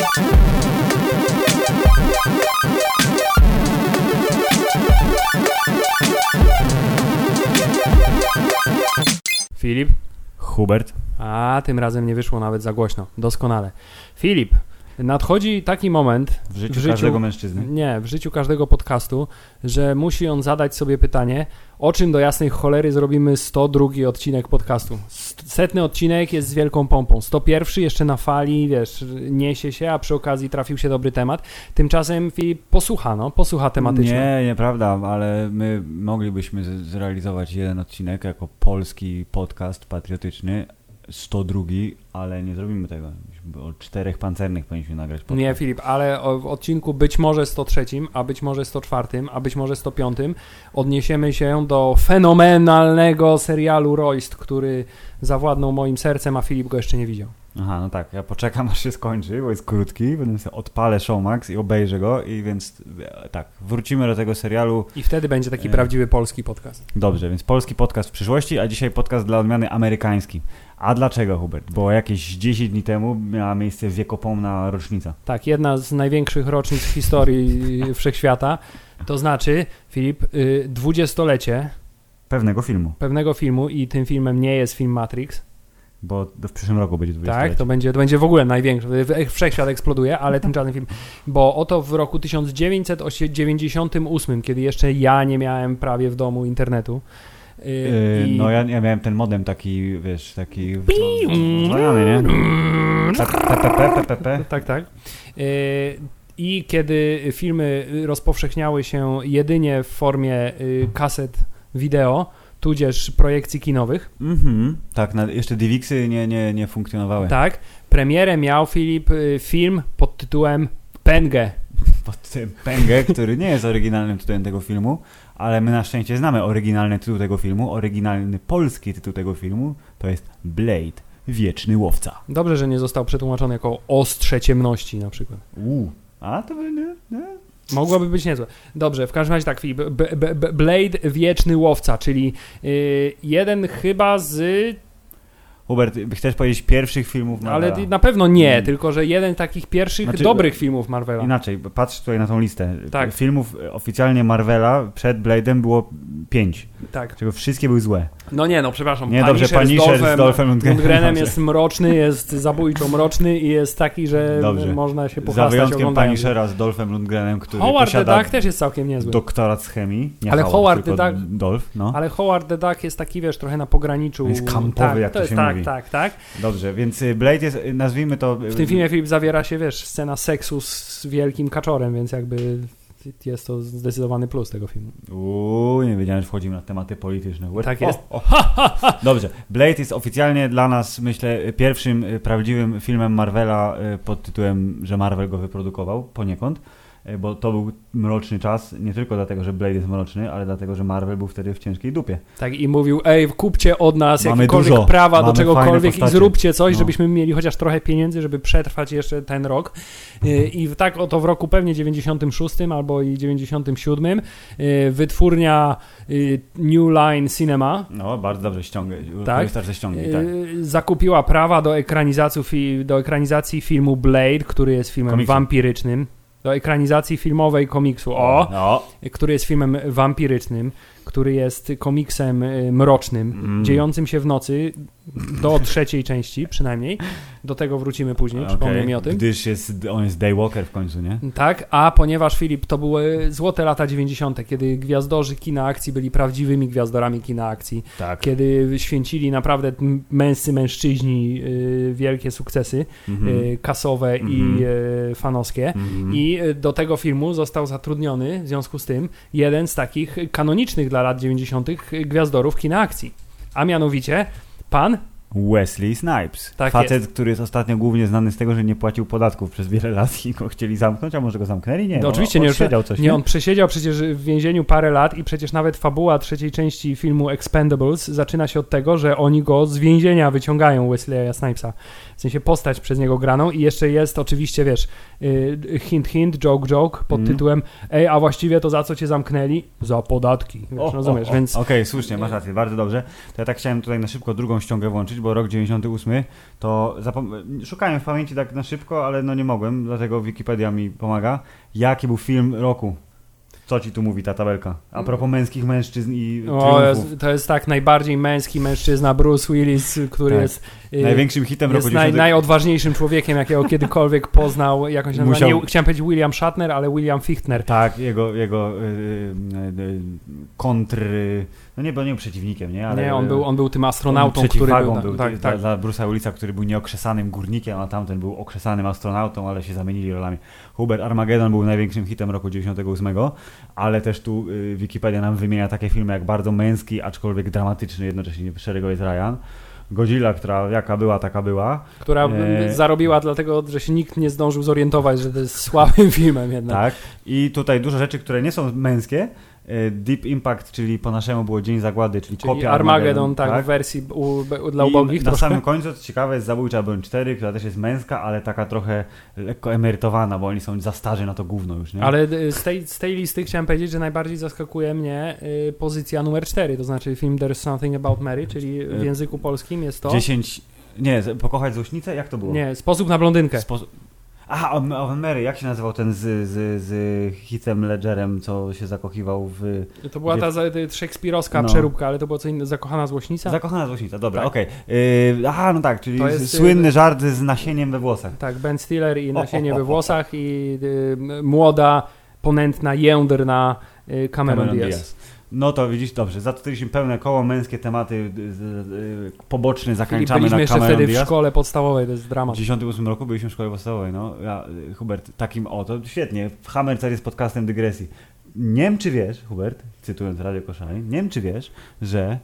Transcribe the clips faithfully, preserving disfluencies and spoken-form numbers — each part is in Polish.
Filip? Hubert? A, tym razem nie wyszło nawet za głośno. Doskonale. Filip, nadchodzi taki moment w życiu, w życiu każdego mężczyzny. Nie, w życiu każdego podcastu, że musi on zadać sobie pytanie, o czym do jasnej cholery zrobimy sto drugi odcinek podcastu. Setny odcinek jest z wielką pompą. sto pierwszy jeszcze na fali, wiesz, niesie się, a przy okazji trafił się dobry temat. Tymczasem Filip posłucha, no, posłucha tematycznie. Nie, nieprawda, ale my moglibyśmy z- zrealizować jeden odcinek jako polski podcast patriotyczny, sto drugi, ale nie zrobimy tego. O czterech pancernych powinniśmy nagrać podcast. Nie, Filip, ale o, w odcinku być może sto trzecim, a być może sto czwartym, a być może sto piątym odniesiemy się do fenomenalnego serialu Royst, który zawładnął moim sercem, a Filip go jeszcze nie widział. Aha, no tak, ja poczekam aż się skończy, bo jest krótki, potem sobie odpalę Showmax i obejrzę go i więc tak, wrócimy do tego serialu. I wtedy będzie taki e... prawdziwy polski podcast. Dobrze, więc polski podcast w przyszłości, a dzisiaj podcast dla odmiany amerykański. A dlaczego, Hubert? Bo jakieś dziesięć dni temu miała miejsce wiekopomna rocznica. Tak, jedna z największych rocznic w historii wszechświata. To znaczy, Filip, dwudziestolecie pewnego filmu. Pewnego filmu i tym filmem nie jest film Matrix. Bo w przyszłym roku będzie dwudziestolecie. Tak, to będzie, to będzie w ogóle największy. Wszechświat eksploduje, ale tymczasem film. Bo oto w roku tysiąc dziewięćset dziewięćdziesiątym ósmym, kiedy jeszcze ja nie miałem prawie w domu internetu. Yy, i... No ja, ja miałem ten modem taki, wiesz, taki zwalniany, nie? Tak, tak. I kiedy filmy rozpowszechniały się jedynie w formie kaset wideo, tudzież projekcji kinowych. Mhm. Tak, na, jeszcze D V X-y nie, nie, nie funkcjonowały. Tak. Premierę miał, Filip, film pod tytułem Penge. Pod tytułem Penge, który nie jest oryginalnym tytułem tego filmu, ale my na szczęście znamy oryginalny tytuł tego filmu. Oryginalny polski tytuł tego filmu to jest Blade, Wieczny Łowca. Dobrze, że nie został przetłumaczony jako Ostrze Ciemności na przykład. Uuu, a to by nie... nie. Mogłoby być niezłe. Dobrze, w każdym razie tak, Filip, B- B- B- Blade Wieczny Łowca, czyli yy, jeden chyba z... Hubert, chcesz powiedzieć pierwszych filmów Marvela? Ale na pewno nie, hmm. tylko że jeden z takich pierwszych znaczy, dobrych filmów Marvela. Inaczej, patrz tutaj na tą listę. Tak. Filmów oficjalnie Marvela przed Blade'em było pięć. Tak. Czego wszystkie były złe. No nie, no przepraszam. Nie, dobrze, Punisher z Dolphem, Dolphem Lundgrenem. Lundgrenem jest mroczny, jest zabójczo mroczny i jest taki, że dobrze. Można się pochwastać oglądając. Za wyjątkiem oglądając. Punishera z Dolphem Lundgrenem, który Howard posiada the Duck też jest całkiem niezły. doktorat z chemii. Nie ale Howard, Howard tylko the Duck, Dolph, no. Ale Howard the Duck jest taki, wiesz, trochę na pograniczu. Jest kampowy, tak, jak to, to się jest, mówi. Tak, tak, tak. Dobrze, więc Blade jest, nazwijmy to... W tym filmie, Filip, zawiera się, wiesz, scena seksu z wielkim kaczorem, więc jakby jest to zdecydowany plus tego filmu. Uuu, nie wiedziałem, że wchodzimy na tematy polityczne. Tak jest. O, o. Dobrze, Blade jest oficjalnie dla nas, myślę, pierwszym prawdziwym filmem Marvela pod tytułem, że Marvel go wyprodukował poniekąd. Bo to był mroczny czas, nie tylko dlatego, że Blade jest mroczny, ale dlatego, że Marvel był wtedy w ciężkiej dupie. Tak, i mówił, ej, kupcie od nas mamy jakiekolwiek dużo, prawa do czegokolwiek i zróbcie coś, no. żebyśmy mieli chociaż trochę pieniędzy, żeby przetrwać jeszcze ten rok. I tak oto w roku pewnie dziewięćdziesiątym szóstym albo i dziewięćdziesiątym siódmym wytwórnia New Line Cinema, no bardzo dobrze ściągaj, tak, ściągnij, tak. zakupiła prawa do ekranizacji, do ekranizacji filmu Blade, który jest filmem Komiksu. wampirycznym. Do ekranizacji filmowej komiksu, o, no. który jest filmem wampirycznym, który jest komiksem mrocznym, mm. dziejącym się w nocy do trzeciej części przynajmniej. Do tego wrócimy później, okay. Przypomnę mi o tym. Gdyż jest, on jest Daywalker w końcu, nie? Tak, a ponieważ, Filip, to były złote lata dziewięćdziesiąte, kiedy gwiazdorzy kina akcji byli prawdziwymi gwiazdorami kina akcji, tak. Kiedy święcili naprawdę męscy mężczyźni y, wielkie sukcesy mm-hmm. y, kasowe mm-hmm. i y, fanowskie mm-hmm. i do tego filmu został zatrudniony w związku z tym jeden z takich kanonicznych dla lat dziewięćdziesiątych gwiazdorów kina akcji, a mianowicie pan Wesley Snipes. Tak Facet, jest. który jest ostatnio głównie znany z tego, że nie płacił podatków przez wiele lat i go chcieli zamknąć, a może go zamknęli? Nie, no, oczywiście on nie. Przesiedział coś, nie, nie, on przesiedział przecież w więzieniu parę lat i przecież nawet fabuła trzeciej części filmu Expendables zaczyna się od tego, że oni go z więzienia wyciągają, Wesleya Snipesa. W sensie postać przez niego graną i jeszcze jest oczywiście, wiesz, hint, hint, joke, joke pod mm. tytułem ej, a właściwie to za co cię zamknęli? Za podatki. Wiesz, o, rozumiesz, o, o. więc... Okej, okay, słusznie, masz rację, bardzo dobrze. To ja tak chciałem tutaj na szybko drugą ściągę włączyć, bo rok dziewięćdziesiąty ósmy, to zapom- szukałem w pamięci tak na szybko, ale no nie mogłem, dlatego Wikipedia mi pomaga. Jaki był film roku? Co ci tu mówi ta tabelka? A propos męskich mężczyzn i o, triumfów. To jest tak najbardziej męski mężczyzna Bruce Willis, który tak. jest największym hitem jest roku naj, najodważniejszym człowiekiem, jakiego kiedykolwiek poznał. Jak on się nazywa? Nie, chciałem powiedzieć William Shatner, ale William Fichtner. Tak, jego, jego yy, yy, kontr... No nie, bo nie był przeciwnikiem, nie? Ale nie, on był, on był tym astronautą, on który był... był tak, tak, tak. Dla, dla Bruce'a Willisa, który był nieokrzesanym górnikiem, a tamten był okrzesanym astronautą, ale się zamienili rolami. Hubert, Armageddon był największym hitem roku dziewięćdziesiątego ósmego, ale też tu yy, Wikipedia nam wymienia takie filmy jak bardzo męski, aczkolwiek dramatyczny, jednocześnie szeregowiec Ryan. Godzilla, która jaka była, taka była. Która e... zarobiła dlatego, że się nikt nie zdążył zorientować, że to jest słabym filmem jednak. Tak. I tutaj dużo rzeczy, które nie są męskie. Deep Impact, czyli po naszemu było Dzień Zagłady, czyli, czyli kopia Armageddon, Armageddon tak, tak, w wersji u, u, dla ubogich. I na troszkę. Samym końcu, co ciekawe, jest Zabójcza broń cztery, która też jest męska, ale taka trochę lekko emerytowana, bo oni są za starzy na to gówno już, nie? Ale z tej, z tej listy chciałem powiedzieć, że najbardziej zaskakuje mnie y, pozycja numer cztery, to znaczy film There's Something About Mary, czyli w języku polskim jest to... dziesięć... Nie, Pokochać złośnicę? Jak to było? Nie, Sposób na blondynkę. Spo... Aha, o Mary, jak się nazywał ten z, z, z Heathem Ledgerem, co się zakochiwał w... To była ta szekspirowska no. przeróbka, ale to była co innego, Zakochana złośnica? Zakochana złośnica, dobra, tak. okej. Okay. Yy, aha, no tak, czyli jest, słynny żart z nasieniem we włosach. Tak, Ben Stiller i nasienie o, o, o, we włosach i y, młoda, ponętna, jędrna y, Cameron, Cameron Diaz. Diaz. No to widzisz, dobrze, zatworzyliśmy pełne koło, męskie tematy z, z, z, poboczne zakończamy na Cameron Diaz. Byliśmy jeszcze wtedy w szkole podstawowej, to jest dramat. W dziewięćdziesiątym ósmym roku byliśmy w szkole podstawowej, no. Ja, Hubert, takim oto, świetnie, Hammer jest podcastem dygresji. Nie wiem, czy wiesz, Hubert, cytując Radio Koszalin, nie wiem, czy wiesz, że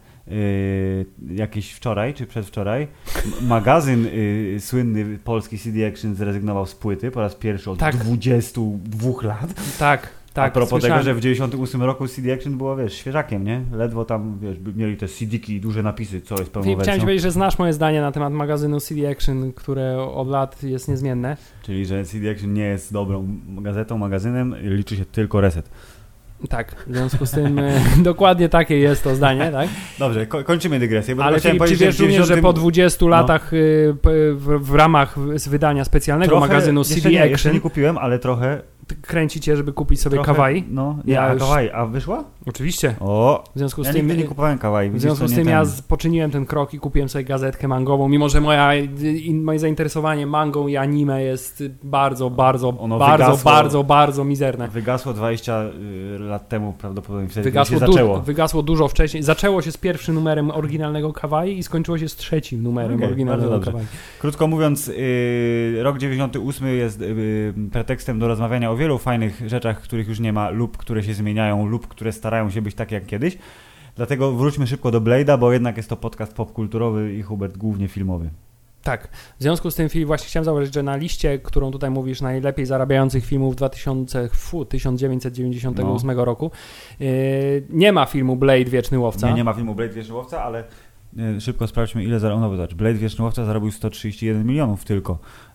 Yy, jakiś wczoraj, czy przedwczoraj magazyn yy, słynny polski C D Action zrezygnował z płyty po raz pierwszy od tak. dwudziestu dwóch lat. Tak. Tak, a propos słyszałem. tego, że w dziewięćdziesiątym ósmym roku C D Action było, wiesz, świeżakiem, nie? Ledwo tam, wiesz, mieli te C D-ki i duże napisy, co jest pełną wersją. Chciałem ci powiedzieć, że znasz moje zdanie na temat magazynu C D Action, które od lat jest niezmienne. Czyli, że C D Action nie jest dobrą gazetą, magazynem, liczy się tylko Reset. Tak, w związku z tym dokładnie takie jest to zdanie, tak? Dobrze, ko- kończymy dygresję. Bo ale czy, czy wiesz również, że po dwudziestu no. latach y, w, w ramach wydania specjalnego trochę, magazynu C D nie, Action... Jeszcze nie kupiłem, ale trochę... Kręcicie, żeby kupić sobie trochę, kawaii? No, nie, ja a już... kawaii, a wyszła? Oczywiście. O, w związku z ja tym nigdy nie kupowałem kawaii. W związku z tym ja poczyniłem ten krok i kupiłem sobie gazetkę mangową, mimo że moja, moje zainteresowanie mangą i anime jest bardzo, bardzo, ono bardzo, wygasło, bardzo, bardzo mizerne. Wygasło dwadzieścia lat temu prawdopodobnie wtedy, wygasło się zaczęło. Du- wygasło dużo wcześniej. Zaczęło się z pierwszym numerem oryginalnego kawaii i skończyło się z trzecim numerem okay, oryginalnego kawaii. Krótko mówiąc, yy, rok dziewięćdziesiąty ósmy jest yy, pretekstem do rozmawiania o wielu fajnych rzeczach, których już nie ma lub które się zmieniają lub które starają się być takie jak kiedyś. Dlatego wróćmy szybko do Blade'a, bo jednak jest to podcast popkulturowy i Hubert głównie filmowy. Tak. W związku z tym film właśnie chciałem zauważyć, że na liście, którą tutaj mówisz, najlepiej zarabiających filmów dwa tysiące, fu, tysiąc dziewięćset dziewięćdziesiątego ósmego no. roku, yy, nie ma filmu Blade Wieczny Łowca. Nie, nie ma filmu Blade Wieczny Łowca, ale yy, szybko sprawdźmy, ile zarobił. No, zobacz, Blade Wieczny Łowca zarobił sto trzydzieści jeden milionów tylko.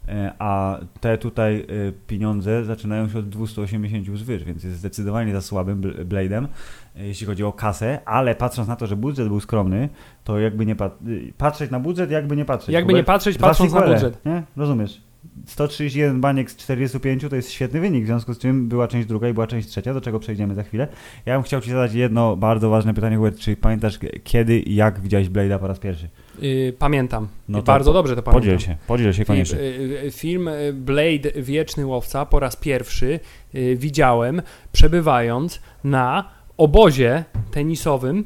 A te tutaj pieniądze zaczynają się od dwieście osiemdziesiąt wzwyż, więc jest zdecydowanie za słabym Blade'em, jeśli chodzi o kasę, ale patrząc na to, że budżet był skromny, to jakby nie pat- patrzeć na budżet, jakby nie patrzeć. Jakby nie patrzeć, patrząc na budżet. Nie? Rozumiesz? sto trzydzieści jeden baniek z czterdziestu pięciu to jest świetny wynik, w związku z czym była część druga i była część trzecia, do czego przejdziemy za chwilę. Ja bym chciał ci zadać jedno bardzo ważne pytanie, Hubert, czy pamiętasz kiedy i jak widziałeś Blade'a po raz pierwszy? Yy, pamiętam. No bardzo po, dobrze to pamiętam. Podziel się, podziel się koniecznie. Film, film Blade Wieczny Łowca po raz pierwszy yy, widziałem przebywając na obozie tenisowym.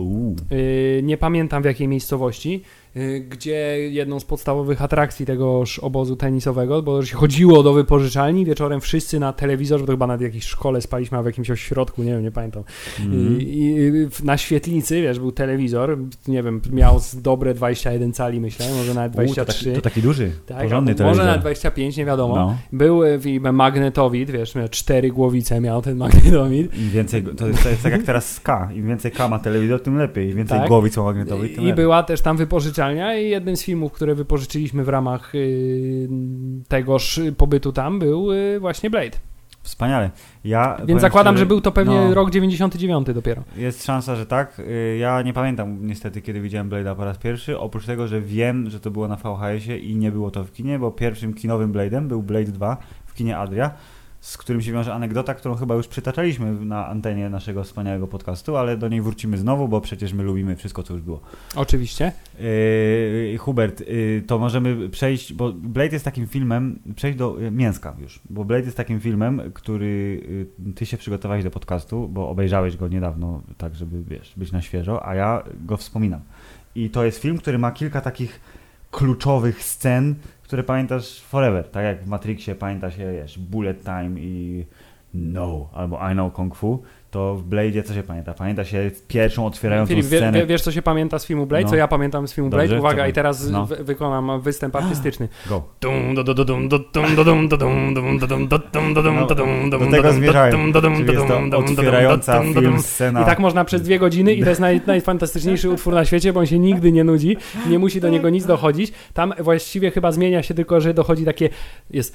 Yy, nie pamiętam w jakiej miejscowości, yy, gdzie jedną z podstawowych atrakcji tegoż obozu tenisowego, bo się chodziło do wypożyczalni, wieczorem wszyscy na telewizorze, to chyba na jakiejś szkole spaliśmy, a w jakimś ośrodku, nie wiem, nie pamiętam. Mm. Yy, yy, na świetlicy, wiesz, był telewizor, nie wiem, miał z dobre dwadzieścia jeden cali, myślę, może nawet dwadzieścia trzy. U, to, taki, to taki duży, tak, porządny telewizor. Może nawet dwadzieścia pięć, nie wiadomo. No. Był yy, magnetowid, wiesz, miał cztery głowice, miał ten magnetowid. Im więcej, to jest, to jest tak jak teraz K, im więcej K ma telewizor, tym lepiej. Im więcej tak. głowic magnetowych, tym I lepiej. była też tam wypożyczalnia i jednym z filmów, które wypożyczyliśmy w ramach yy, tegoż pobytu tam był yy, właśnie Blade. Wspaniale. Ja Więc zakładam, szczerze, że był to pewnie no, rok dziewięćdziesiąty dziewiąty dopiero. Jest szansa, że tak. Ja nie pamiętam niestety, kiedy widziałem Blade'a po raz pierwszy, oprócz tego, że wiem, że to było na V H S-ie i nie było to w kinie, bo pierwszym kinowym Blade'em był Blade dwa w kinie Adria, z którym się wiąże anegdota, którą chyba już przytaczaliśmy na antenie naszego wspaniałego podcastu, ale do niej wrócimy znowu, bo przecież my lubimy wszystko, co już było. Oczywiście. Yy, Hubert, yy, to możemy przejść, bo Blade jest takim filmem, przejść do yy, Mięska już, bo Blade jest takim filmem, który yy, ty się przygotowałeś do podcastu, bo obejrzałeś go niedawno, tak żeby, wiesz, być na świeżo, a ja go wspominam. I to jest film, który ma kilka takich kluczowych scen, które pamiętasz forever, tak jak w Matrixie pamięta się, wiesz, Bullet Time i No, albo I Know Kung Fu, to w Blade'ie co się pamięta? Pamięta się pierwszą otwierającą Filip, scenę. Wie, wiesz, co się pamięta z filmu Blade? No. Co ja pamiętam z filmu Blade? Dobrze, Uwaga, co i teraz no. w, wykonam występ artystyczny. Go. No, do tego zmierzałem, czyli jest to otwierająca film scena. I tak można przez dwie godziny i to jest naj, najfantastyczniejszy utwór na świecie, bo on się nigdy nie nudzi, nie musi do niego nic dochodzić. Tam właściwie chyba zmienia się tylko, że dochodzi takie, jest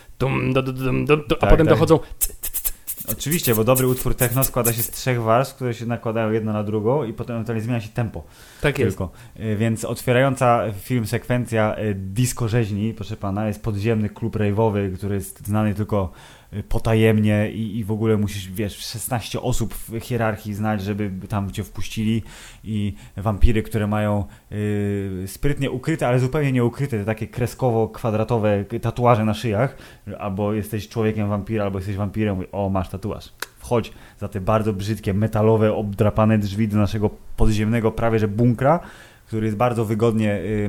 a potem dochodzą Oczywiście, bo dobry utwór techno składa się z trzech warstw, które się nakładają jedno na drugą i potem ewentualnie zmienia się tempo. Tak jest. Tylko. Więc otwierająca film sekwencja disco rzeźni, proszę pana, jest podziemny klub rave'owy, który jest znany tylko potajemnie i, i w ogóle musisz, wiesz, szesnaście osób w hierarchii znać, żeby tam cię wpuścili i wampiry, które mają y, sprytnie ukryte, ale zupełnie nie ukryte, te takie kreskowo-kwadratowe tatuaże na szyjach, albo jesteś człowiekiem wampira, albo jesteś wampirem, o, masz tatuaż. Wchodź za te bardzo brzydkie, metalowe, obdrapane drzwi do naszego podziemnego prawie że bunkra, który jest bardzo wygodnie y,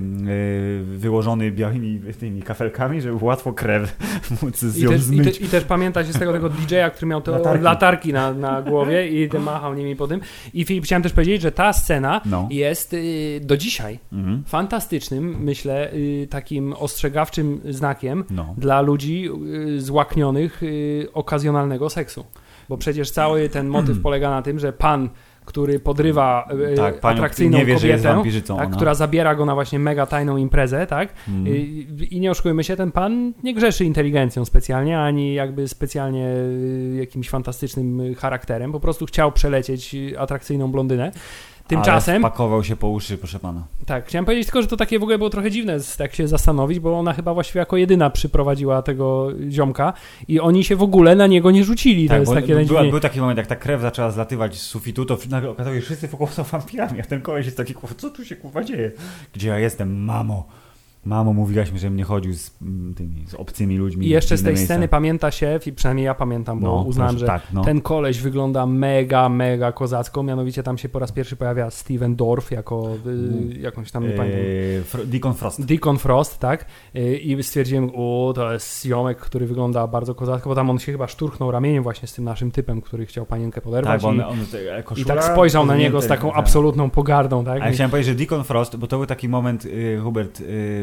y, wyłożony białymi tymi kafelkami, żeby łatwo krew móc z nią I też, zmyć. I, te, I też pamięta się z tego, tego D J a, który miał te latarki, latarki na, na głowie i te machał nimi po tym. I Filip, chciałem też powiedzieć, że ta scena no. jest y, do dzisiaj mhm. fantastycznym, myślę, y, takim ostrzegawczym znakiem no. dla ludzi y, złaknionych y, okazjonalnego seksu. Bo przecież cały ten motyw polega na tym, że pan który podrywa tak, panią, atrakcyjną wie, kobietę, tak, która zabiera go na właśnie mega tajną imprezę, tak? Mm. I, I nie oszukujmy się, ten pan nie grzeszy inteligencją specjalnie, ani jakby specjalnie jakimś fantastycznym charakterem, po prostu chciał przelecieć atrakcyjną blondynę. Tymczasem... Ale wpakował się po uszy, proszę pana. Tak, chciałem powiedzieć tylko, że to takie w ogóle było trochę dziwne, tak się zastanowić, bo ona chyba właściwie jako jedyna przyprowadziła tego ziomka i oni się w ogóle na niego nie rzucili. Tak, to jest takie była, był taki moment, jak ta krew zaczęła zlatywać z sufitu, to nagle okazało się, że wszyscy wokół są wampirami, a ten koleś jest taki, co tu się kurwa dzieje? Gdzie ja jestem, mamo? Mamo, mówiłaś mi, żebym nie chodził z tymi z obcymi ludźmi. I jeszcze z tej miejsca. sceny pamięta się, przynajmniej ja pamiętam, bo no, uznałem, proszę, że tak, no. ten koleś wygląda mega, mega kozacko. Mianowicie tam się po raz pierwszy pojawia Steven Dorff jako y, jakąś tam, nie eee, pamiętam. Deacon Frost. Deacon Frost, tak. Y, I stwierdziłem, o, to jest ziomek, który wygląda bardzo kozacko, bo tam on się chyba szturchnął ramieniem właśnie z tym naszym typem, który chciał panienkę poderwać. Tak, bo on, i, on, i tak spojrzał na niego z taką tak. absolutną pogardą. Tak? A ja chciałem powiedzieć, że Deacon Frost, bo to był taki moment, y, Hubert, y,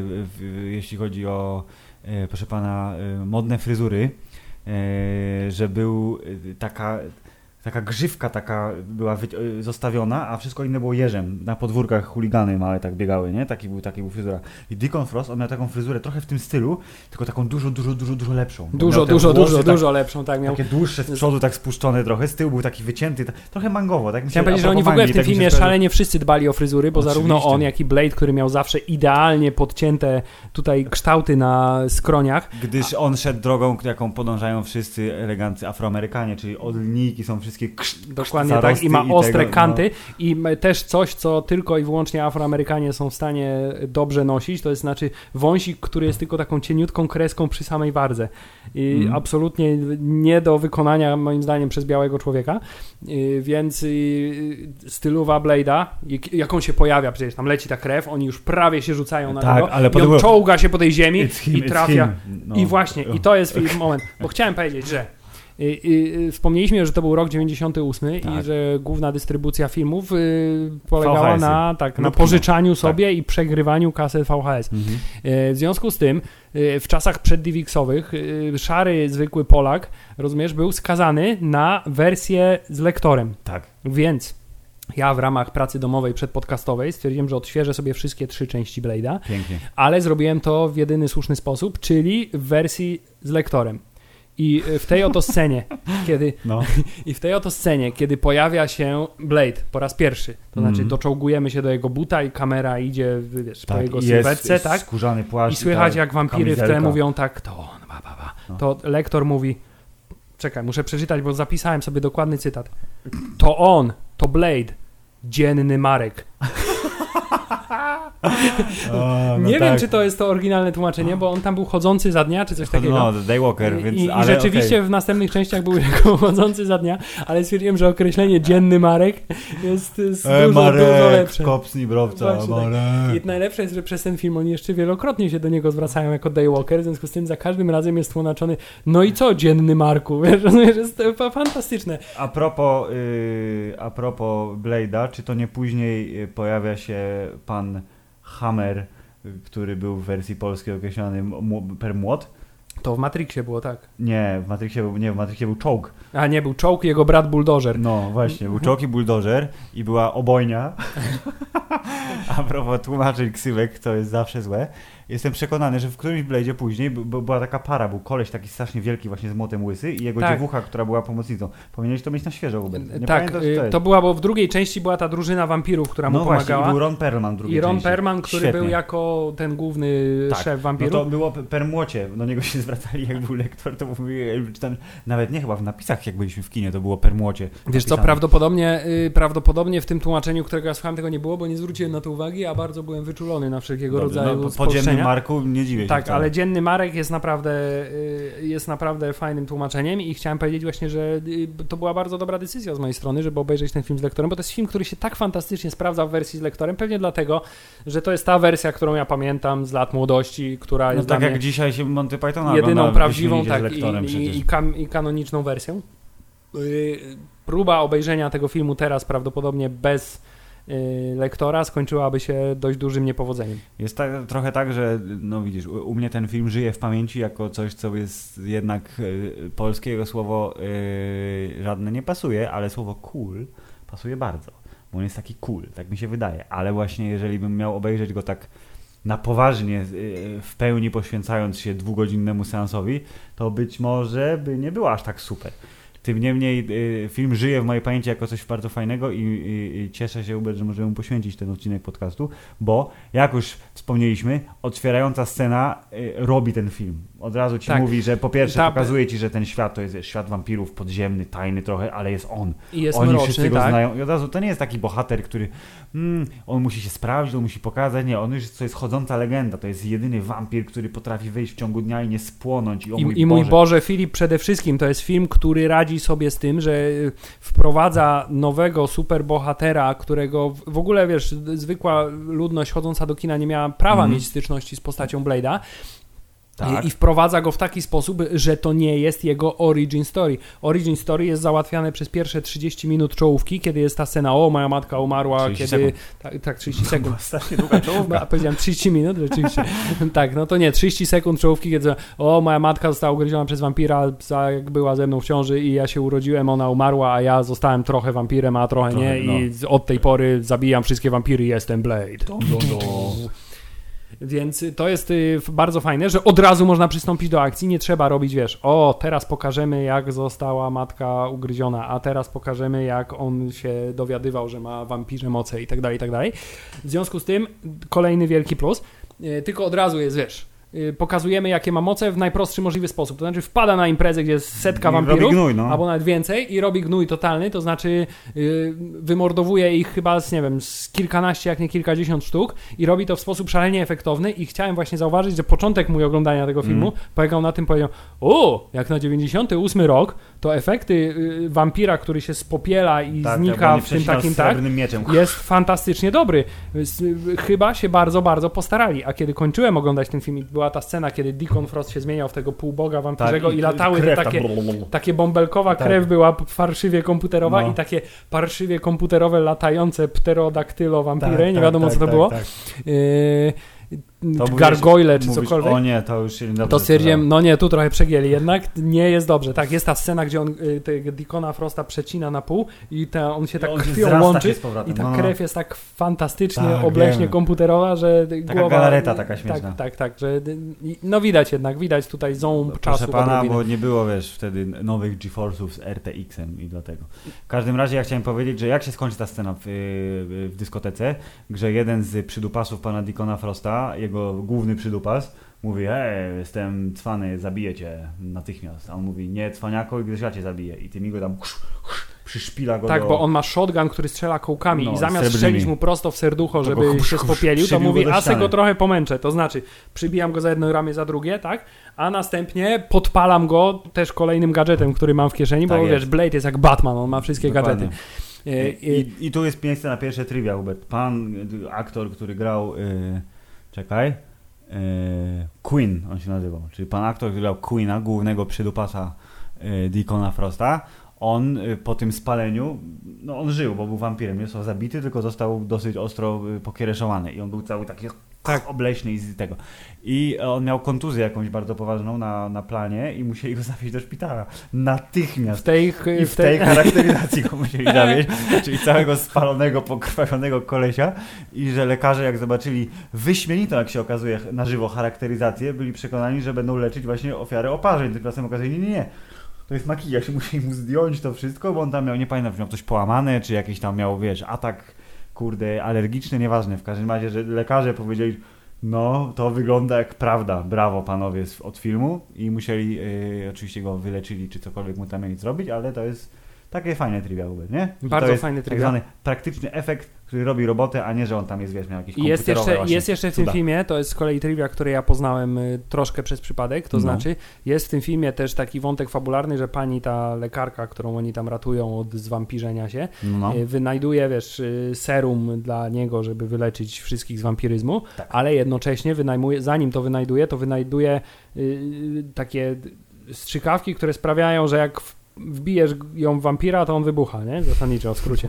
y, jeśli chodzi o, e, proszę pana, e, modne fryzury, e, że był e, taka, taka grzywka taka była wy, e, zostawiona, a wszystko inne było jeżem. Na podwórkach chuligany małe tak biegały, nie? Taki był, taki był fryzura. I Deacon Frost, on miał taką fryzurę trochę w tym stylu, tylko taką dużo, dużo, dużo, dużo lepszą. Dużo, dużo, dużo, tak, dużo lepszą, tak. Miał... Takie dłuższe z przodu, tak spuszczone trochę, z tyłu był taki wycięty, tak, trochę mangowo. Tak Chciałem powiedzieć, że oni w ogóle w tym filmie szalenie wszyscy dbali o fryzury, bo Oczywiście. zarówno on, jak i Blade, który miał zawsze idealnie podcięte tutaj kształty na skroniach. Gdyż on szedł drogą, jaką podążają wszyscy eleganccy Afroamerykanie, czyli od linijki są wszystkie krz, Dokładnie tak, i ma i ostre tego, kanty no. i też coś, co tylko i wyłącznie Afroamerykanie są w stanie dobrze nosić, to jest znaczy wąsik, który jest tylko taką cieniutką kreską przy samej wardze. I mm. absolutnie nie do wykonania moim zdaniem przez białego człowieka, I, więc i, stylowa Blade'a, jak on się pojawia, przecież tam leci ta krew, oni już prawie się rzucają na tak, niego ale i on było... czołga się po tej ziemi him, i trafia. No. I właśnie, i to jest moment, bo chciałem powiedzieć, że I, i, wspomnieliśmy, że to był rok dziewięćdziesiąty ósmy tak. i że główna dystrybucja filmów y, polegała na, tak, na pożyczaniu sobie tak. i przegrywaniu kaset V H S. Mhm. Y, w związku z tym y, w czasach przeddiviksowych y, szary, zwykły Polak, rozumiesz, był skazany na wersję z lektorem. Tak. Więc ja w ramach pracy domowej przedpodcastowej stwierdziłem, że odświeżę sobie wszystkie trzy części Blade'a, Pięknie. ale zrobiłem to w jedyny słuszny sposób, czyli w wersji z lektorem. I w tej oto scenie, kiedy no. i w tej oto scenie, kiedy pojawia się Blade po raz pierwszy, to mm. znaczy doczołguje się do jego buta i kamera idzie, wiesz, tak, po jego sylwetce, tak? Skórzany płaszcz. I słychać, jak wampiry w tle mówią tak, to on, ba, ba, ba. No. To lektor mówi, czekaj, muszę przeczytać, bo zapisałem sobie dokładny cytat. To on, to Blade, dzienny Marek. O, no nie tak. wiem, czy to jest to oryginalne tłumaczenie, bo on tam był chodzący za dnia, czy coś takiego. No, Daywalker, więc... I, ale i rzeczywiście okay. w następnych częściach był jako chodzący za dnia, ale stwierdziłem, że określenie dzienny Marek jest, jest e, dużo, Marek, dużo lepsze. kopsnij browca, Właśnie, Marek. Tak. I najlepsze jest, że przez ten film oni jeszcze wielokrotnie się do niego zwracają jako Daywalker, w związku z tym za każdym razem jest tłumaczony, no i co, dzienny Marku? Wiesz, jest to fantastyczne. A propos, yy, a propos Blade'a, czy to nie później pojawia się pan Hammer, który był w wersji polskiej określony per młot? To w Matrixie było, tak? Nie, w Matrixie był, nie, w Matrixie był czołg. A nie, był czołg i jego brat Bulldozer. No właśnie, był czołg i Bulldozer i była obojnia. A propos tłumaczeń ksywek, to jest zawsze złe. Jestem przekonany, że w którymś Blade'zie później b- b- była taka para, był koleś taki strasznie wielki właśnie z młotem łysy i jego tak. dziewucha, która była pomocnicą. Powinieneś to mieć na świeżo wobec. Nie tak, pamiętam, to, to była, bo w drugiej części była ta drużyna wampirów, która mu no pomagała. Właśnie, i był Ron Perlman w drugiej I Ron części. Perlman, który Świetnie. był jako ten główny tak. szef wampirów. No to było per młocie, do niego się zwracali, jak był lektor, to mówił, tam, nawet nie chyba w napisach, jak byliśmy w kinie, to było per młocie. Wiesz napisane. co, prawdopodobnie, yy, prawdopodobnie w tym tłumaczeniu, którego ja słuchałem, tego nie było, bo nie zwróciłem na to uwagi, a bardzo byłem wyczulony na wszelkiego Dobrze, rodzaju no, po dziennym Marku nie dziwię się. Tak, ale dzienny Marek jest naprawdę, jest naprawdę fajnym tłumaczeniem i chciałem powiedzieć właśnie, że to była bardzo dobra decyzja z mojej strony, żeby obejrzeć ten film z lektorem, bo to jest film, który się tak fantastycznie sprawdza w wersji z lektorem, pewnie dlatego, że to jest ta wersja, którą ja pamiętam z lat młodości, która no jest tak dla jak mnie dzisiaj się Monty Pythona jedyną prawdziwą tak, i, i, i, kam, i kanoniczną wersją. Próba obejrzenia tego filmu teraz prawdopodobnie bez lektora skończyłaby się dość dużym niepowodzeniem. Jest tak, trochę tak, że no widzisz, u, u mnie ten film żyje w pamięci jako coś, co jest jednak y, polskiego słowo y, żadne nie pasuje, ale słowo cool pasuje bardzo, bo on jest taki cool, tak mi się wydaje, ale właśnie jeżeli bym miał obejrzeć go tak na poważnie, y, w pełni poświęcając się dwugodzinnemu seansowi, to być może by nie było aż tak super. Tym niemniej y, film żyje w mojej pamięci jako coś bardzo fajnego i, i, i cieszę się, Hubert, że możemy mu poświęcić ten odcinek podcastu, bo jak już wspomnieliśmy, otwierająca scena y, robi ten film. Od razu ci tak. mówi, że po pierwsze Ta... pokazuje ci, że ten świat to jest świat wampirów podziemny, tajny trochę, ale jest on. I jest Oni mroczny, wszyscy go tak? znają. I od razu to nie jest taki bohater, który mm, on musi się sprawdzić, on musi pokazać. Nie, on już to jest chodząca legenda. To jest jedyny wampir, który potrafi wyjść w ciągu dnia i nie spłonąć. I, o I, mój, i mój Boże. Boże, Filip, przede wszystkim to jest film, który radzi sobie z tym, że wprowadza nowego superbohatera, którego w ogóle, wiesz, zwykła ludność chodząca do kina nie miała prawa mm. mieć styczności z postacią Blade'a. Tak. I, I wprowadza go w taki sposób, że to nie jest jego origin story. Origin story jest załatwiane przez pierwsze trzydzieści minut czołówki, kiedy jest ta scena, o, moja matka umarła, kiedy... Tak, tak, trzydzieści sekund. Strasznie długa czołówka. A powiedziałem trzydzieści minut, rzeczywiście. Tak, no to nie, trzydzieści sekund czołówki, kiedy o, moja matka została ugryziona przez wampira, jak była ze mną w ciąży i ja się urodziłem, ona umarła, a ja zostałem trochę wampirem, a trochę, trochę nie i no. od tej pory zabijam wszystkie wampiry, jestem Blade. Do, do, do. Więc to jest bardzo fajne, że od razu można przystąpić do akcji, nie trzeba robić, wiesz, o, teraz pokażemy, jak została matka ugryziona, a teraz pokażemy, jak on się dowiadywał, że ma wampirze moce i tak dalej, i tak dalej. W związku z tym kolejny wielki plus, tylko od razu jest, wiesz, pokazujemy, jakie ma moce w najprostszy możliwy sposób. To znaczy wpada na imprezę, gdzie jest setka wampirów, gnój, no. albo nawet więcej i robi gnój totalny, to znaczy yy, wymordowuje ich chyba z, nie wiem, z kilkanaście, jak nie kilkadziesiąt sztuk i robi to w sposób szalenie efektowny i chciałem właśnie zauważyć, że początek mój oglądania tego filmu mm. polegał na tym, powiedział, o, jak na dziewięćdziesiąty ósmy rok, to efekty yy, wampira, który się spopiela i tak, znika w tym takim tak, jest fantastycznie dobry. Chyba się bardzo, bardzo postarali. A kiedy kończyłem oglądać ten film i była ta scena, kiedy Deacon Frost się zmieniał w tego półboga wampirzego tak, i, i latały te takie, takie bąbelkowa tak. krew była farszywie komputerowa no. i takie parszywie komputerowe latające pterodaktylo wampiry, tak, nie wiadomo tak, co to tak, było. Tak. Yy, gargoyle czy mówisz, cokolwiek. O nie, to już się nie To stwierdziłem, no nie, tu trochę przegięli jednak, nie jest dobrze. Tak, jest ta scena, gdzie on tego Deacona Frosta przecina na pół i ta, on się tak on krwią się łączy i ta no. krew jest tak fantastycznie, tak, obleśnie wiemy. komputerowa, że taka głowa... galareta taka śmieszna. Tak, tak, tak, że no widać jednak, widać tutaj ząb no, czasu. Proszę pana, odrobiny. Bo nie było, wiesz, wtedy nowych GeForce'ów z R T X-em i dlatego. W każdym razie ja chciałem powiedzieć, że jak się skończy ta scena w, w, w dyskotece, że jeden z przydupasów pana Deacona Frosta, jego główny przydupas, mówi, hej, jestem cwany, zabiję cię natychmiast. A on mówi, nie, cwaniako, gdyż ja cię zabiję. I ty mi go tam przyszpila go Tak, do... bo on ma shotgun, który strzela kołkami no, i zamiast srebrnymi. strzelić mu prosto w serducho, to żeby go, się spopielił, to mówi, a se go trochę pomęczę. To znaczy, przybijam go za jedno ramię, za drugie, tak? A następnie podpalam go też kolejnym gadżetem, który mam w kieszeni, bo tak wiesz, Blade jest jak Batman, on ma wszystkie Dokładnie. gadżety. I, i, I tu jest miejsce na pierwsze trivia, Hubert. Pan, aktor, który grał, yy, czekaj, yy, Queen on się nazywał, czyli pan aktor, który grał Queena, głównego przydupasa yy, Deacona Frosta, on yy, po tym spaleniu, no on żył, bo był wampirem, nie został zabity, tylko został dosyć ostro yy, pokiereszowany i on był cały taki tak obleśny i z tego. I on miał kontuzję jakąś bardzo poważną na, na planie i musieli go zawieźć do szpitala. Natychmiast. W tej, I w, w tej, tej charakteryzacji go musieli zawieźć, czyli całego spalonego, pokrwawionego kolesia. I że lekarze, jak zobaczyli wyśmienitą, jak się okazuje, na żywo charakteryzację, byli przekonani, że będą leczyć właśnie ofiary oparzeń. Tymczasem okazuje się, nie, nie, nie. To jest makijaż. Musieli mu zdjąć to wszystko, bo on tam miał, nie pamiętam, miał coś połamane, czy jakiś tam miał, wiesz, atak kurde, alergiczny, nieważne. W każdym razie, że lekarze powiedzieli, no, to wygląda jak prawda, brawo panowie z, od filmu i musieli, yy, oczywiście go wyleczyli, czy cokolwiek mu tam mieli zrobić, ale to jest takie fajne trivia, nie? Bardzo to jest fajny trivia. Tak zwany praktyczny efekt, który robi robotę, a nie, że on tam jest, wiesz, miał jakieś jest jeszcze, jest jeszcze w tym cuda. filmie, to jest z kolei trivia, który ja poznałem y, troszkę przez przypadek, to no. znaczy jest w tym filmie też taki wątek fabularny, że pani ta lekarka, którą oni tam ratują od zwampirzenia się, no. y, wynajduje, wiesz, y, serum dla niego, żeby wyleczyć wszystkich z wampiryzmu, tak. ale jednocześnie wynajmuje, zanim to wynajduje, to wynajduje y, takie strzykawki, które sprawiają, że jak w wbijesz ją w wampira, to on wybucha, nie? Zasadniczo, w skrócie.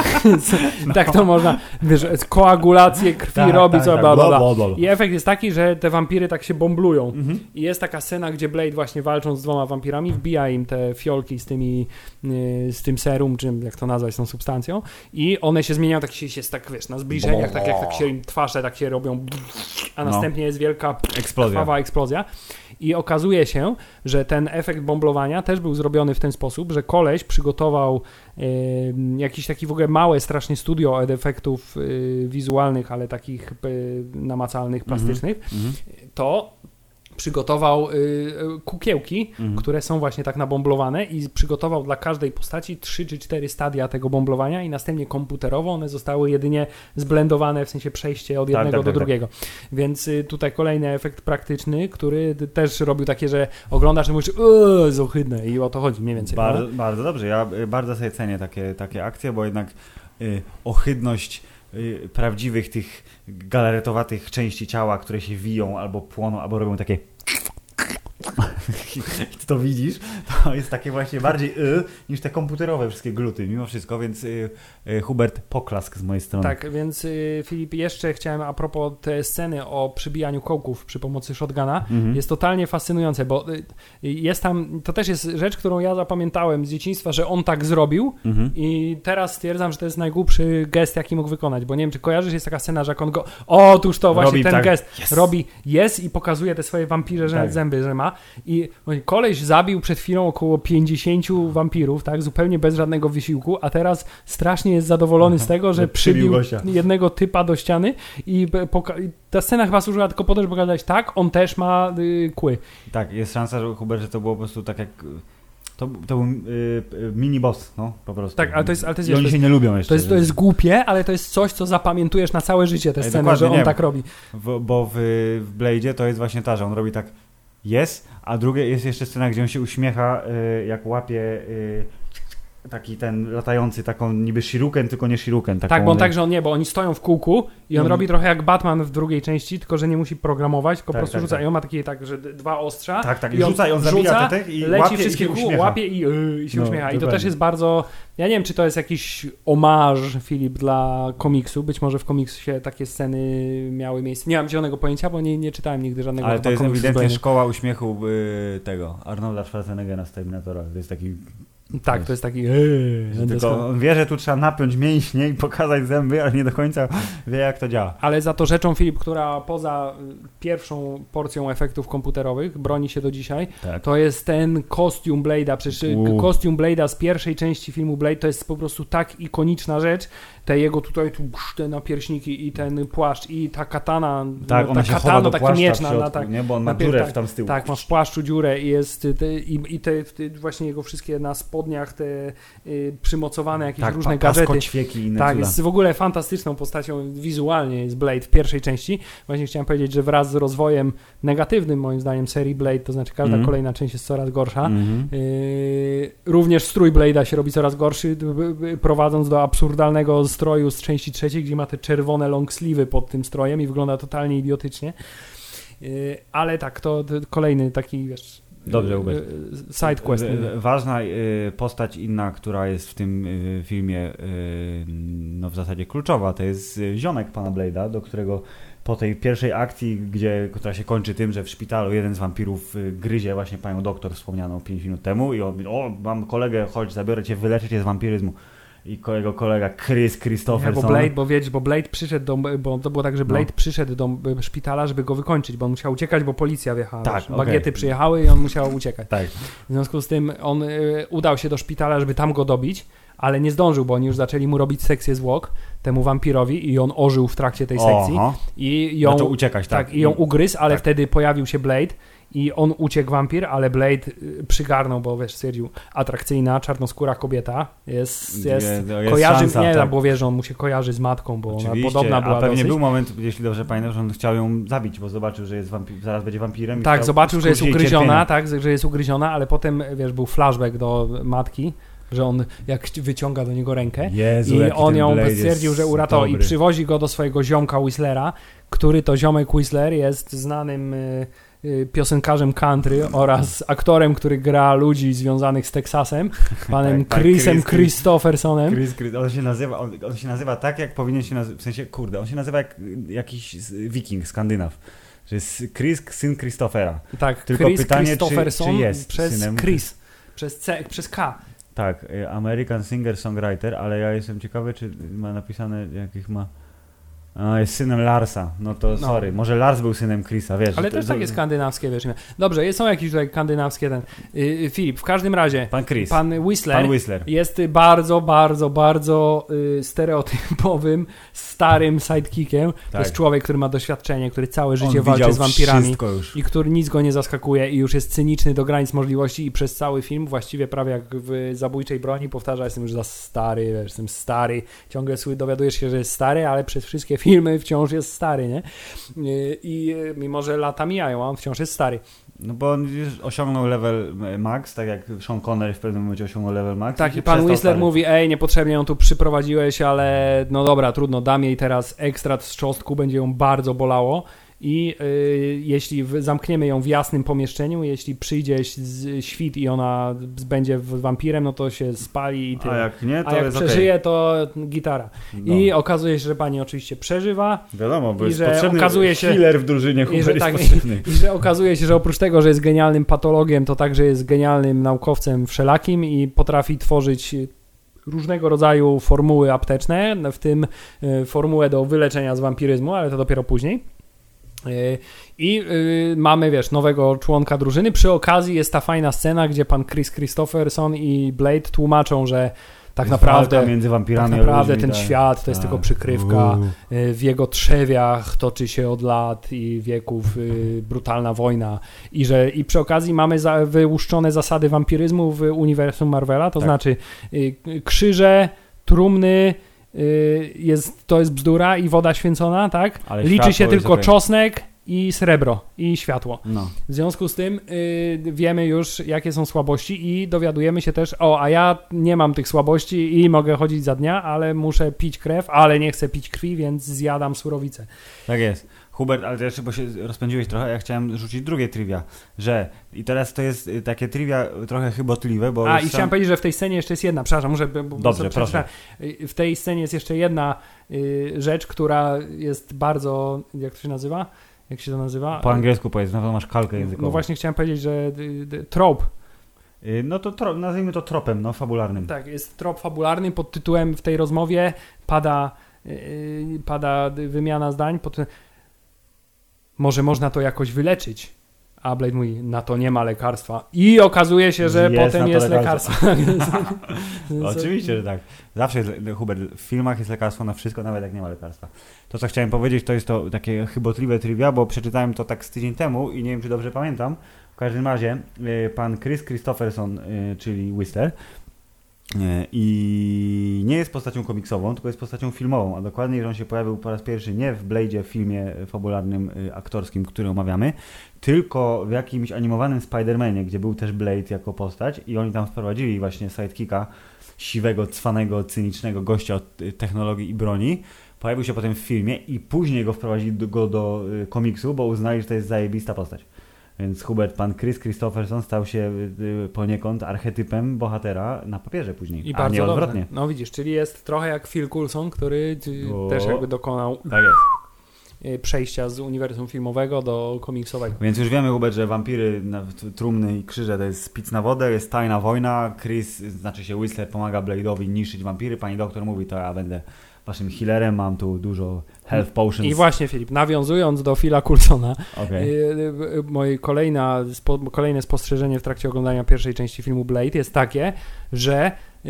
no. Tak to można, wiesz, koagulację krwi tak, robi, tak, co, tak, bla, bla, bla. I efekt jest taki, że te wampiry tak się bomblują. Mhm. I jest taka scena, gdzie Blade właśnie walcząc z dwoma wampirami, wbija im te fiolki z tymi, z tym serum, czy jak to nazwać, z tą substancją i one się zmieniają, tak się jest tak, wiesz, na zbliżeniach, tak jak tak się im twarze tak się robią, a następnie no. jest wielka eksplozja. krwawa eksplozja. I okazuje się, że ten efekt bomblowania też był zrobiony w ten sposób, że koleś przygotował e, jakiś taki w ogóle małe strasznie studio od efektów e, wizualnych, ale takich e, namacalnych, plastycznych. Mm-hmm. To przygotował y, kukiełki, mhm. które są właśnie tak nabomblowane i przygotował dla każdej postaci trzy czy cztery stadia tego bomblowania i następnie komputerowo one zostały jedynie zblendowane, w sensie przejście od jednego tak, tak, do tak, drugiego. Tak. Więc y, tutaj kolejny efekt praktyczny, który też robił takie, że oglądasz i mówisz, eee, jest ohydne i o to chodzi mniej więcej. Bardzo, bardzo dobrze. Ja bardzo sobie cenię takie, takie akcje, bo jednak y, ohydność y, prawdziwych tych galaretowatych części ciała, które się wiją albo płoną, albo robią takie i ty to widzisz, to jest takie właśnie bardziej y, niż te komputerowe wszystkie gluty, mimo wszystko, więc y, y, Hubert, poklask z mojej strony. Tak, więc y, Filip, jeszcze chciałem a propos tej sceny o przybijaniu kołków przy pomocy shotguna, mhm. jest totalnie fascynujące, bo y, jest tam, to też jest rzecz, którą ja zapamiętałem z dzieciństwa, że on tak zrobił mhm. i teraz stwierdzam, że to jest najgłupszy gest, jaki mógł wykonać, bo nie wiem, czy kojarzysz, jest taka scena, że jak on go, otóż to właśnie robi ten tak, gest yes. robi jest i pokazuje te swoje wampirze, że tak. zęby, że ma i koleś zabił przed chwilą około pięćdziesięciu wampirów, tak, zupełnie bez żadnego wysiłku, a teraz strasznie jest zadowolony z tego, że przybił jednego typa do ściany i, poka- i ta scena chyba służyła tylko po to, żeby pokazać, tak, on też ma y, kły. Tak, jest szansa, że Hubert, że to było po prostu tak jak to, to był y, y, mini boss, no, po prostu. Tak, ale to jest, ale to jest, I oni to jest, się nie lubią jeszcze. To jest, to jest głupie, ale to jest coś, co zapamiętujesz na całe życie, tę scenę, że on nie, tak robi. W, bo w, w Blade'zie to jest właśnie ta, że on robi tak jest, a drugie jest jeszcze scena, gdzie on się uśmiecha, y, jak łapie y, taki ten latający, taką niby Shuriken, tylko nie Shuriken. Tak, bo on tak, że on nie, bo oni stoją w kółku i on mm. robi trochę jak Batman w drugiej części, tylko że nie musi programować, tylko tak, po prostu tak, rzuca. Tak. I on ma takie tak, że dwa ostrza. Tak, tak, i, i on rzuca, i on zabija te, te, i leci łapie wszystkie i się łapie i, yy, i się no, uśmiecha. I to też jest bardzo, ja nie wiem, czy to jest jakiś omarz, Filip, dla komiksu. Być może w komiksie takie sceny miały miejsce. Nie mam zielonego pojęcia, bo nie, nie czytałem nigdy żadnego. Ale to jest ewidentnie szkoła uśmiechu yy, tego Arnolda Schwarzeneggera z Terminatora. To jest taki... Tak, to jest taki... Yy, tylko on wie, że tu trzeba napiąć mięśnie i pokazać zęby, ale nie do końca wie, jak to działa. Ale za to rzeczą, Filip, która poza pierwszą porcją efektów komputerowych broni się do dzisiaj, tak. to jest ten kostium Blade'a. Przecież U. kostium Blade'a z pierwszej części filmu Blade to jest po prostu tak ikoniczna rzecz. Te jego tutaj tu te napierśniki i ten płaszcz i ta katana, tak, no, ona ta się katana, chowa do taki płaszcza miecz w środku, na, tak, nie? Bo on ma napier- dziurę tak, w tam z tyłu. Tak, ma w płaszczu dziurę i jest te, i, i te, te właśnie jego wszystkie na spodniach te y, przymocowane jakieś tak, różne pa, gadżety. Ćwieki i inne tak, cuda. jest w ogóle fantastyczną postacią wizualnie jest Blade w pierwszej części. Właśnie chciałem powiedzieć, że wraz z rozwojem negatywnym moim zdaniem serii Blade, to znaczy każda mm. kolejna część jest coraz gorsza. Mm. Y, również strój Blade'a się robi coraz gorszy, prowadząc do absurdalnego stroju z części trzeciej, gdzie ma te czerwone long sleeve'y pod tym strojem i wygląda totalnie idiotycznie. Y, ale tak, to, to kolejny taki, wiesz, Dobrze, Hubert. Side quest. Ważna postać inna, która jest w tym filmie no w zasadzie kluczowa, to jest ziomek pana Blade'a, do którego po tej pierwszej akcji, gdzie, która się kończy tym, że w szpitalu jeden z wampirów gryzie właśnie panią doktor wspomnianą pięć minut temu i on mówi, o, mam kolegę, chodź, zabiorę cię, wyleczę cię z wampiryzmu. I jego kolega Chris Christopherson. Nie, bo Blade, bo wiecie, bo Blade przyszedł do, bo to było tak, że Blade no. przyszedł do szpitala, żeby go wykończyć, bo on musiał uciekać, bo policja wjechała. Tak, okay. Bagiety przyjechały i on musiał uciekać. Tak. W związku z tym on y, udał się do szpitala, żeby tam go dobić, ale nie zdążył, bo oni już zaczęli mu robić sekcję zwłok temu wampirowi i on ożył w trakcie tej sekcji. Oho. I ją, Zaczął uciekać, tak. tak. I ją ugryzł, ale tak. wtedy pojawił się Blade i on uciekł wampir, ale Blade przygarnął, bo wiesz, stwierdził, atrakcyjna, czarnoskóra kobieta, jest, jest, jest kojarzy, szansa, nie, tak. bo wiesz, że on mu się kojarzy z matką, bo Oczywiście, ona podobna była a pewnie dosyć. był moment, jeśli dobrze pamiętam, że on chciał ją zabić, bo zobaczył, że jest wampir, zaraz będzie wampirem. Tak, zobaczył, że jest ugryziona, tak, że jest ugryziona, ale potem, wiesz, był flashback do matki, że on jak wyciąga do niego rękę Jezu, i on ją stwierdził, że uratował i przywozi go do swojego ziomka Whistlera, który to ziomek Whistler jest znanym y, y, piosenkarzem country oraz aktorem, który gra ludzi związanych z Teksasem, panem tak, Chrisem tak, Chris, Christophersonem. Chris, Chris, on się nazywa, on, on się nazywa tak, jak powinien się nazywać, w sensie, kurde, on się nazywa jak jakiś wiking, Skandynaw. Że jest Chris, syn Christophera. Tak, tylko Chris pytanie, czy, czy jest przez synem. Chris, przez, C, przez K. Tak, American Singer-Songwriter, ale ja jestem ciekawy, czy ma napisane, jakich ma... A, jest synem Larsa, no to no. sorry, może Lars był synem Chrisa, wiesz. Ale to też takie skandynawskie, wiesz. Dobrze, są jakieś tutaj skandynawskie ten... Yy, Filip, w każdym razie... Pan Chris. Pan Whistler, pan Whistler. jest bardzo, bardzo, bardzo yy, stereotypowym, starym sidekickiem. Tak. To jest człowiek, który ma doświadczenie, który całe życie On walczy z wampirami i który nic go nie zaskakuje i już jest cyniczny do granic możliwości i przez cały film, właściwie prawie jak w Zabójczej broni, powtarza, jestem już za stary, wiesz, jestem stary. Ciągle dowiadujesz się, że jest stary, ale przez wszystkie filmy wciąż jest stary, nie? I mimo, że lata mijają, a on wciąż jest stary. No bo on już osiągnął level max, tak jak Sean Connery w pewnym momencie osiągnął level max. Tak, i pan Whistler stary. mówi, ej, niepotrzebnie ją tu przyprowadziłeś, ale no dobra, trudno, dam jej teraz ekstrakt z trzostku, będzie ją bardzo bolało. I y, jeśli w, zamkniemy ją w jasnym pomieszczeniu, jeśli przyjdzie z, świt i ona będzie wampirem, no to się spali i tyle. A jak nie, to A jak jest przeżyje, okay. to gitara. No. I okazuje się, że pani oczywiście przeżywa. Wiadomo, bo i jest że potrzebny okazuje się, healer w drużynie, i że, tak, i, i że okazuje się, że oprócz tego, że jest genialnym patologiem, to także jest genialnym naukowcem wszelakim i potrafi tworzyć różnego rodzaju formuły apteczne, w tym y, formułę do wyleczenia z wampiryzmu, ale to dopiero później. I yy, mamy, wiesz, nowego członka drużyny. Przy okazji jest ta fajna scena, gdzie pan Chris Christopherson i Blade tłumaczą, że tak naprawdę, między wampirami tak naprawdę ludźmi, ten tak. świat to jest tak. tylko przykrywka. Uuu. W jego trzewiach toczy się od lat i wieków yy, brutalna wojna. I że i przy okazji mamy za, wyłuszczone zasady wampiryzmu w uniwersum Marvela, to tak. znaczy yy, krzyże, trumny, Jest, to jest bzdura i woda święcona, tak? Ale liczy się tylko okay. czosnek i srebro, i światło. No. W związku z tym yy, wiemy już, jakie są słabości i dowiadujemy się też, o, a ja nie mam tych słabości i mogę chodzić za dnia, ale muszę pić krew, ale nie chcę pić krwi, więc zjadam surowicę. Tak jest. Hubert, ale jeszcze, bo się rozpędziłeś trochę, ja chciałem rzucić drugie trivia, że i teraz to jest takie trivia trochę chybotliwe, bo... A, i sam... chciałem powiedzieć, że w tej scenie jeszcze jest jedna, przepraszam, muszę... Bo, Dobrze, proszę. W tej scenie jest jeszcze jedna y, rzecz, która jest bardzo, jak to się nazywa? Jak się to nazywa? Po angielsku powiedz, no to masz kalkę językową. No właśnie chciałem powiedzieć, że y, y, trope. Y, no to tro, nazwijmy to tropem, no fabularnym. Tak, jest trop fabularny pod tytułem w tej rozmowie pada, y, pada wymiana zdań pod może można to jakoś wyleczyć. A Blade mówi, na to nie ma lekarstwa. I okazuje się, że jest potem jest lekarstwo. lekarstwo. Oczywiście, że tak. Zawsze jest, Hubert, w filmach jest lekarstwo na wszystko, nawet jak nie ma lekarstwa. To, co chciałem powiedzieć, to jest to takie chybotliwe trivia, bo przeczytałem to tak z tydzień temu i nie wiem, czy dobrze pamiętam. W każdym razie pan Chris Christopherson, czyli Whistler, i nie jest postacią komiksową, tylko jest postacią filmową, a dokładniej, że on się pojawił po raz pierwszy nie w Blade'zie, w filmie fabularnym, aktorskim, który omawiamy, tylko w jakimś animowanym Spider-Manie, gdzie był też Blade jako postać i oni tam wprowadzili właśnie sidekicka, siwego, cwanego, cynicznego gościa od technologii i broni. Pojawił się potem w filmie i później go wprowadzili do, go do komiksu, bo uznali, że to jest zajebista postać. Więc Hubert, pan Chris Christopherson stał się poniekąd archetypem bohatera na papierze później, I a bardzo nie dobrze. odwrotnie. No widzisz, czyli jest trochę jak Phil Coulson, który o, też jakby dokonał tak jest. przejścia z uniwersum filmowego do komiksowego. Więc już wiemy, Hubert, że wampiry, trumny i krzyże to jest pic na wodę, jest tajna wojna, Chris, znaczy się Whistler, pomaga Blade'owi niszczyć wampiry, pani doktor mówi, to ja będę waszym healerem, mam tu dużo health potions. I właśnie, Filip, nawiązując do Phila Coulsona, okay. moje kolejna, spo, kolejne spostrzeżenie w trakcie oglądania pierwszej części filmu Blade jest takie, że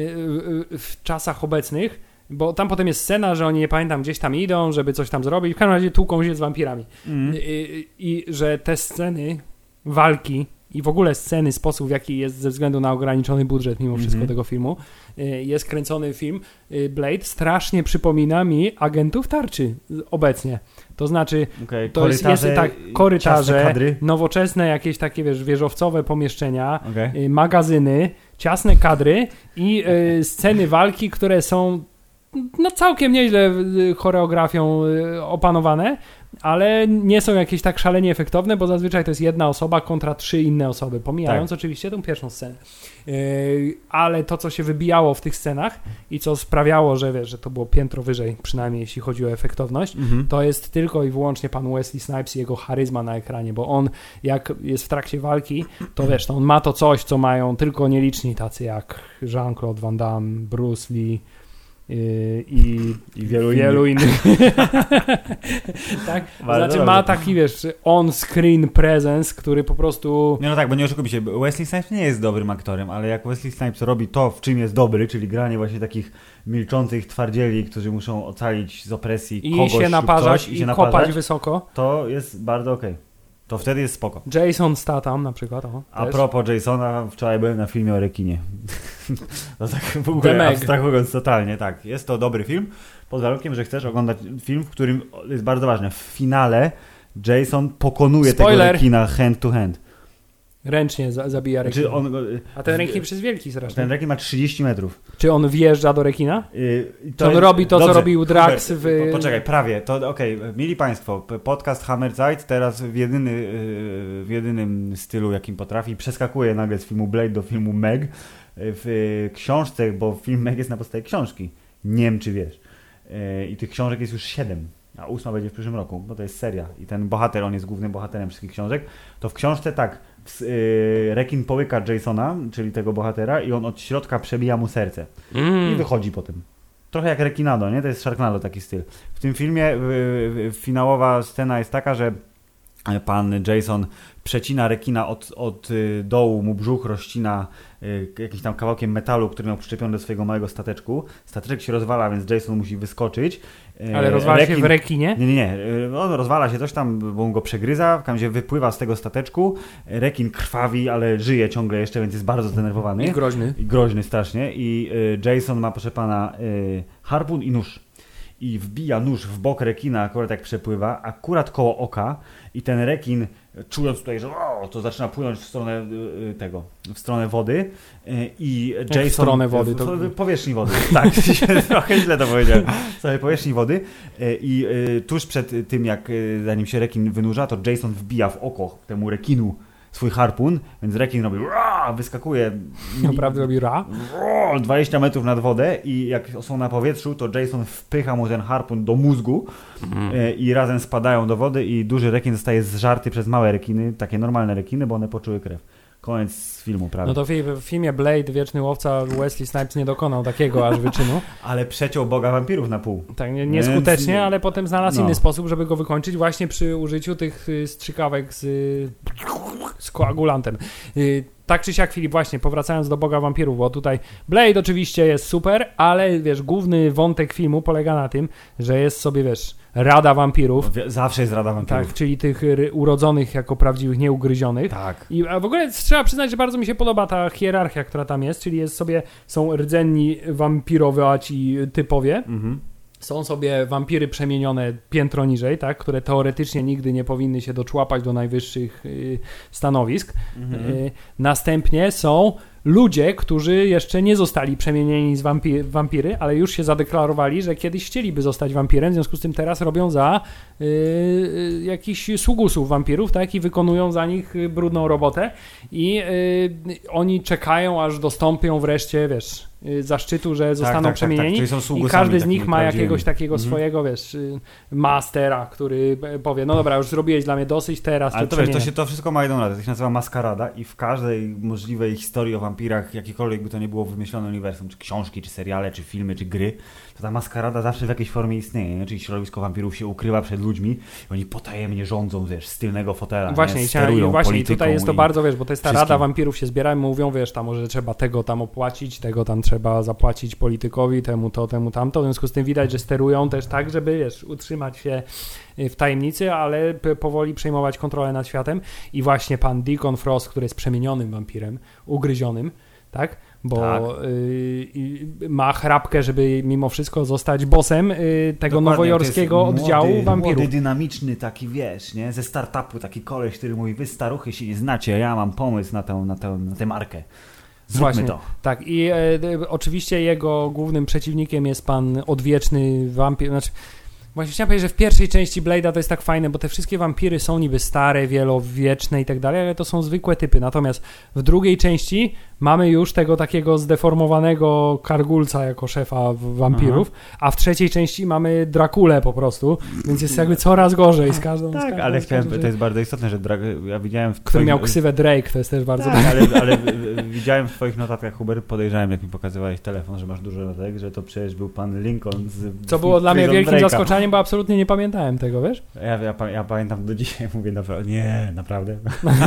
w czasach obecnych, bo tam potem jest scena, że oni, nie pamiętam, gdzieś tam idą, żeby coś tam zrobić, w każdym razie tłuką się z wampirami. Mm. I, I że te sceny walki i w ogóle sceny, sposób w jaki jest ze względu na ograniczony budżet mimo wszystko mm-hmm. tego filmu, jest kręcony film Blade, strasznie przypomina mi agentów tarczy obecnie. To znaczy, okay, to jest, jest tak, korytarze, nowoczesne jakieś takie, wiesz, wieżowcowe pomieszczenia, okay. magazyny, ciasne kadry i y, sceny walki, które są no całkiem nieźle choreografią opanowane, ale nie są jakieś tak szalenie efektowne, bo zazwyczaj to jest jedna osoba kontra trzy inne osoby, pomijając tak. oczywiście tą pierwszą scenę. Yy, ale to, co się wybijało w tych scenach i co sprawiało, że wiesz, że to było piętro wyżej, przynajmniej jeśli chodzi o efektowność, mhm. to jest tylko i wyłącznie pan Wesley Snipes i jego charyzma na ekranie, bo on jak jest w trakcie walki, to wiesz, to on ma to coś, co mają tylko nieliczni tacy jak Jean-Claude Van Damme, Bruce Lee, I, i wielu, wielu innych. innych. Tak? Znaczy ma taki, wiesz, on-screen presence, który po prostu... Nie, no tak, bo nie oszukujmy się, Wesley Snipes nie jest dobrym aktorem, ale jak Wesley Snipes robi to, w czym jest dobry, czyli granie właśnie takich milczących twardzieli, którzy muszą ocalić z opresji I kogoś się naparzać coś, i, i się kopać naparzać, wysoko, to jest bardzo okej. Okay. To wtedy jest spoko. Jason Statham na przykład. O, A propos Jasona, wczoraj byłem na filmie o rekinie. To tak w ogóle abstrahując totalnie, tak. Jest to dobry film, pod warunkiem, że chcesz oglądać film, w którym jest bardzo ważne. W finale Jason pokonuje Spoiler. tego rekina hand to hand. Ręcznie za, zabija rekina. Znaczy on, A ten rekin jest wielki strasznie. Ten rekin ma trzydzieści metrów. Czy on wjeżdża do rekina? Yy, to on jest, robi to, dobrze, co robił Drax Hubert, w... Po, poczekaj, prawie. To okej, okay. Mili Państwo, podcast Hammerzeit teraz w, jedyny, w jedynym stylu, jakim potrafi, przeskakuje nagle z filmu Blade do filmu Meg. W książce, bo film Meg jest na podstawie książki. Nie wiem, czy wiesz. I tych książek jest już siedem. A ósma będzie w przyszłym roku, bo to jest seria. I ten bohater, on jest głównym bohaterem wszystkich książek. To w książce tak, rekin połyka Jasona, czyli tego bohatera, i on od środka przebija mu serce. Mm. I wychodzi po tym. Trochę jak Rekinado, nie? To jest Sharknado taki styl. W tym filmie finałowa scena jest taka, że pan Jason przecina rekina od, od dołu, mu brzuch rozcina jakimś tam kawałkiem metalu, który miał przyczepiony do swojego małego stateczku. Stateczek się rozwala, więc Jason musi wyskoczyć. Ale rozwala Rekin... się w rekinie? Nie, nie, nie. On rozwala się coś tam, bo on go przegryza, w każdym razie wypływa z tego stateczku. Rekin krwawi, ale żyje ciągle jeszcze, więc jest bardzo zdenerwowany. I groźny. I groźny strasznie. I Jason ma, proszę pana, harpun i nóż. i wbija nóż w bok rekina, akurat jak przepływa, akurat koło oka i ten rekin, czując tutaj, że o, to zaczyna płynąć w stronę tego, w stronę wody i Jason... Jak w stronę wody? To... W powierzchni wody, tak, trochę źle to powiedziałem, w stronę powierzchni wody i tuż przed tym, jak zanim się rekin wynurza, to Jason wbija w oko temu rekinu swój harpun, więc rekin robi ra, wyskakuje. Naprawdę robi ra? dwadzieścia metrów nad wodę i jak są na powietrzu, to Jason wpycha mu ten harpun do mózgu mm. i razem spadają do wody i duży rekin zostaje zżarty przez małe rekiny, takie normalne rekiny, bo one poczuły krew. Koniec filmu, prawie. No to w filmie Blade Wieczny Łowca Wesley Snipes nie dokonał takiego aż wyczynu. Ale przeciął Boga wampirów na pół. Tak, nieskutecznie, Więc... ale potem znalazł no. inny sposób, żeby go wykończyć właśnie przy użyciu tych strzykawek z, z koagulantem. Tak czy siak, Filip, właśnie powracając do Boga wampirów, bo tutaj Blade oczywiście jest super, ale wiesz, główny wątek filmu polega na tym, że jest sobie, wiesz, Rada Wampirów. Zawsze jest Rada Wampirów. Tak, czyli tych urodzonych jako prawdziwych, nieugryzionych. Tak. I a w ogóle trzeba przyznać, że bardzo mi się podoba ta hierarchia, która tam jest, czyli jest sobie, są rdzenni wampirowaci typowie. Mhm. Są sobie wampiry przemienione piętro niżej, tak, które teoretycznie nigdy nie powinny się doczłapać do najwyższych y, stanowisk. Mhm. Y, następnie są ludzie, którzy jeszcze nie zostali przemienieni z wampir- wampiry, ale już się zadeklarowali, że kiedyś chcieliby zostać wampirem, w związku z tym teraz robią za y, y, jakichś sługusów wampirów, tak, i wykonują za nich brudną robotę i y, oni czekają, aż dostąpią wreszcie, wiesz, zaszczytu, że zostaną tak, tak, przemienieni tak, tak. I każdy z nich ma jakiegoś takiego mhm. swojego, wiesz, mastera, który powie, no dobra, już zrobiłeś dla mnie dosyć, teraz ale to wiesz, to się to wszystko ma jedną radę, to się nazywa maskarada i w każdej możliwej historii o wampirach, jakikolwiek by to nie było wymyślone uniwersum, czy książki, czy seriale, czy filmy, czy gry, to ta maskarada zawsze w jakiejś formie istnieje, nie? Czyli środowisko wampirów się ukrywa przed ludźmi i oni potajemnie rządzą, wiesz, z tylnego fotela, właśnie, nie? Sterują właśnie i tutaj jest to i bardzo, wiesz, bo to jest ta wszystkim. Rada Wampirów się zbiera i mówią, wiesz, tam może trzeba tego tam opłacić, tego tam trzeba zapłacić politykowi, temu to, temu tamto, w związku z tym widać, że sterują też tak, żeby, wiesz, utrzymać się w tajemnicy, ale powoli przejmować kontrolę nad światem i właśnie pan Deacon Frost, który jest przemienionym wampirem, ugryzionym, tak, bo tak. Y, ma chrapkę, żeby mimo wszystko zostać bossem y, tego Dokładnie, nowojorskiego młody, oddziału wampirów. Młody, dynamiczny taki, wiesz, nie, ze startupu, taki koleś, który mówi, wy staruchy się nie znacie, ja mam pomysł na tę, na tę, na tę markę. Zróbmy Właśnie, to. Tak, i e, oczywiście jego głównym przeciwnikiem jest pan odwieczny wampir, znaczy właśnie chciałem powiedzieć, że w pierwszej części Blade'a to jest tak fajne, bo te wszystkie wampiry są niby stare, wielowieczne i tak dalej, ale to są zwykłe typy, natomiast w drugiej części mamy już tego takiego zdeformowanego Kargulca jako szefa wampirów, Aha. a w trzeciej części mamy Drakulę po prostu, więc jest jakby coraz gorzej z każdą Tak, z każdą, ale z chciałem, każdą, to jest bardzo istotne, że Dra- ja widziałem w Który twoim... miał ksywę Drake, to jest też bardzo... Tak, ale, ale widziałem w twoich notatkach, Hubert, podejrzałem, jak mi pokazywałeś telefon, że masz dużo notatek, że to przecież był pan Lincoln z... Co było dla mnie wielkim Drake'a. zaskoczeniem, bo absolutnie nie pamiętałem tego, wiesz? Ja, ja, ja pamiętam do dzisiaj, mówię naprawdę, nie, naprawdę.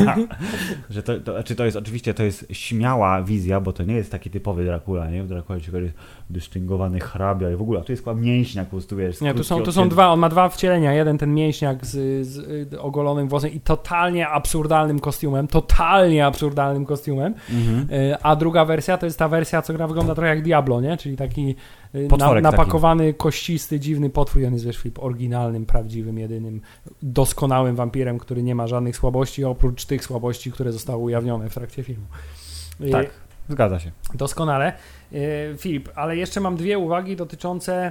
że to, to, znaczy to jest, oczywiście to jest śmiała wizja, bo to nie jest taki typowy Dracula, nie? W Dracula się jest dystyngowany hrabia i w ogóle, to jest chyba mięśniak po prostu, wiesz. Nie, tu są, tu są dwa, on ma dwa wcielenia, jeden ten mięśniak z, z ogolonym włosem i totalnie absurdalnym kostiumem, totalnie absurdalnym kostiumem, mhm. a druga wersja to jest ta wersja, co gra wygląda trochę jak Diablo, nie? Czyli taki na, napakowany, taki. kościsty, dziwny potwór, on jest, wiesz, Filip, oryginalnym, prawdziwym, jedynym, doskonałym wampirem, który nie ma żadnych słabości, oprócz tych słabości, które zostały ujawnione w trakcie filmu. Tak. Zgadza się. Doskonale. Filip, ale jeszcze mam dwie uwagi dotyczące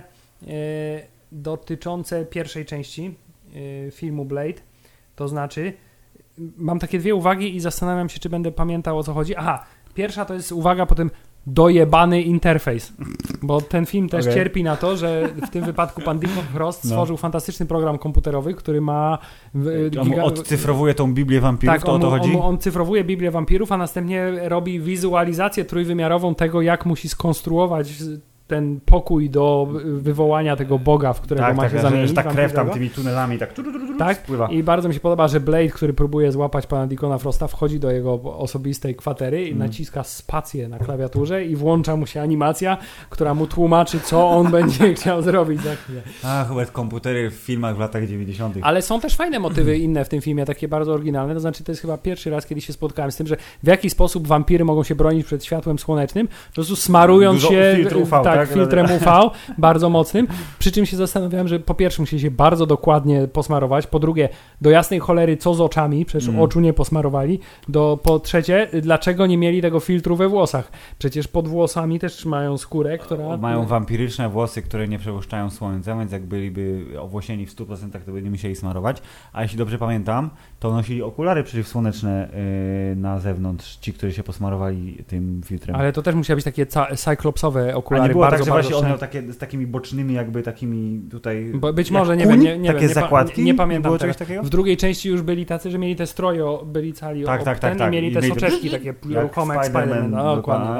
dotyczące pierwszej części filmu Blade. To znaczy, mam takie dwie uwagi i zastanawiam się, czy będę pamiętał, o co chodzi. Aha, pierwsza to jest uwaga po tym dojebany interfejs, bo ten film też okay. cierpi na to, że w tym wypadku pan Deacon Frost no. stworzył fantastyczny program komputerowy, który ma... Giga... On odcyfrowuje tą Biblię wampirów, tak, to on, o to chodzi? On, on cyfrowuje Biblię wampirów, a następnie robi wizualizację trójwymiarową tego, jak musi skonstruować ten pokój do wywołania tego Boga, w którego tak, ma tak, się zamienić. Tak, krew tam tymi tunelami tak, tak spływa. I bardzo mi się podoba, że Blade, który próbuje złapać pana Deacona Frosta, wchodzi do jego osobistej kwatery i mm. naciska spację na klawiaturze i włącza mu się animacja, która mu tłumaczy, co on będzie chciał zrobić za chwilę. A, Hubert, komputery w filmach w latach dziewięćdziesiątych. Ale są też fajne motywy inne w tym filmie, takie bardzo oryginalne, to znaczy to jest chyba pierwszy raz, kiedy się spotkałem z tym, że w jaki sposób wampiry mogą się bronić przed światłem słonecznym, po prostu smarując Dużo się filtr U V, tak, tak, filtrem U V, bardzo mocnym, przy czym się zastanawiałem, że po pierwsze musi się bardzo dokładnie posmarować, po drugie do jasnej cholery co z oczami, przecież mm. oczu nie posmarowali, do, po trzecie, dlaczego nie mieli tego filtru we włosach, przecież pod włosami też mają skórę, która... Mają wampiryczne włosy, które nie przepuszczają słońca, więc jak byliby owłosieni w stu procentach, to by nie musieli smarować, a jeśli dobrze pamiętam, to nosili okulary przeciwsłoneczne yy, na zewnątrz, ci, którzy się posmarowali tym filtrem. Ale to też musiały być takie ca- cyklopsowe okulary. A nie było bardzo, tak, że bardzo właśnie on miał takie, z takimi bocznymi jakby takimi tutaj... Bo być może, nie kuń? wiem, nie, nie takie wiem, nie zakładki? Nie, nie pamiętam nie było teraz. czegoś takiego? W drugiej części już byli tacy, że mieli te stroje, byli cali tak, tak, tak, tak. i mieli I te mieli soczewki takie ruchome jak Spider-Man. No, dokładnie.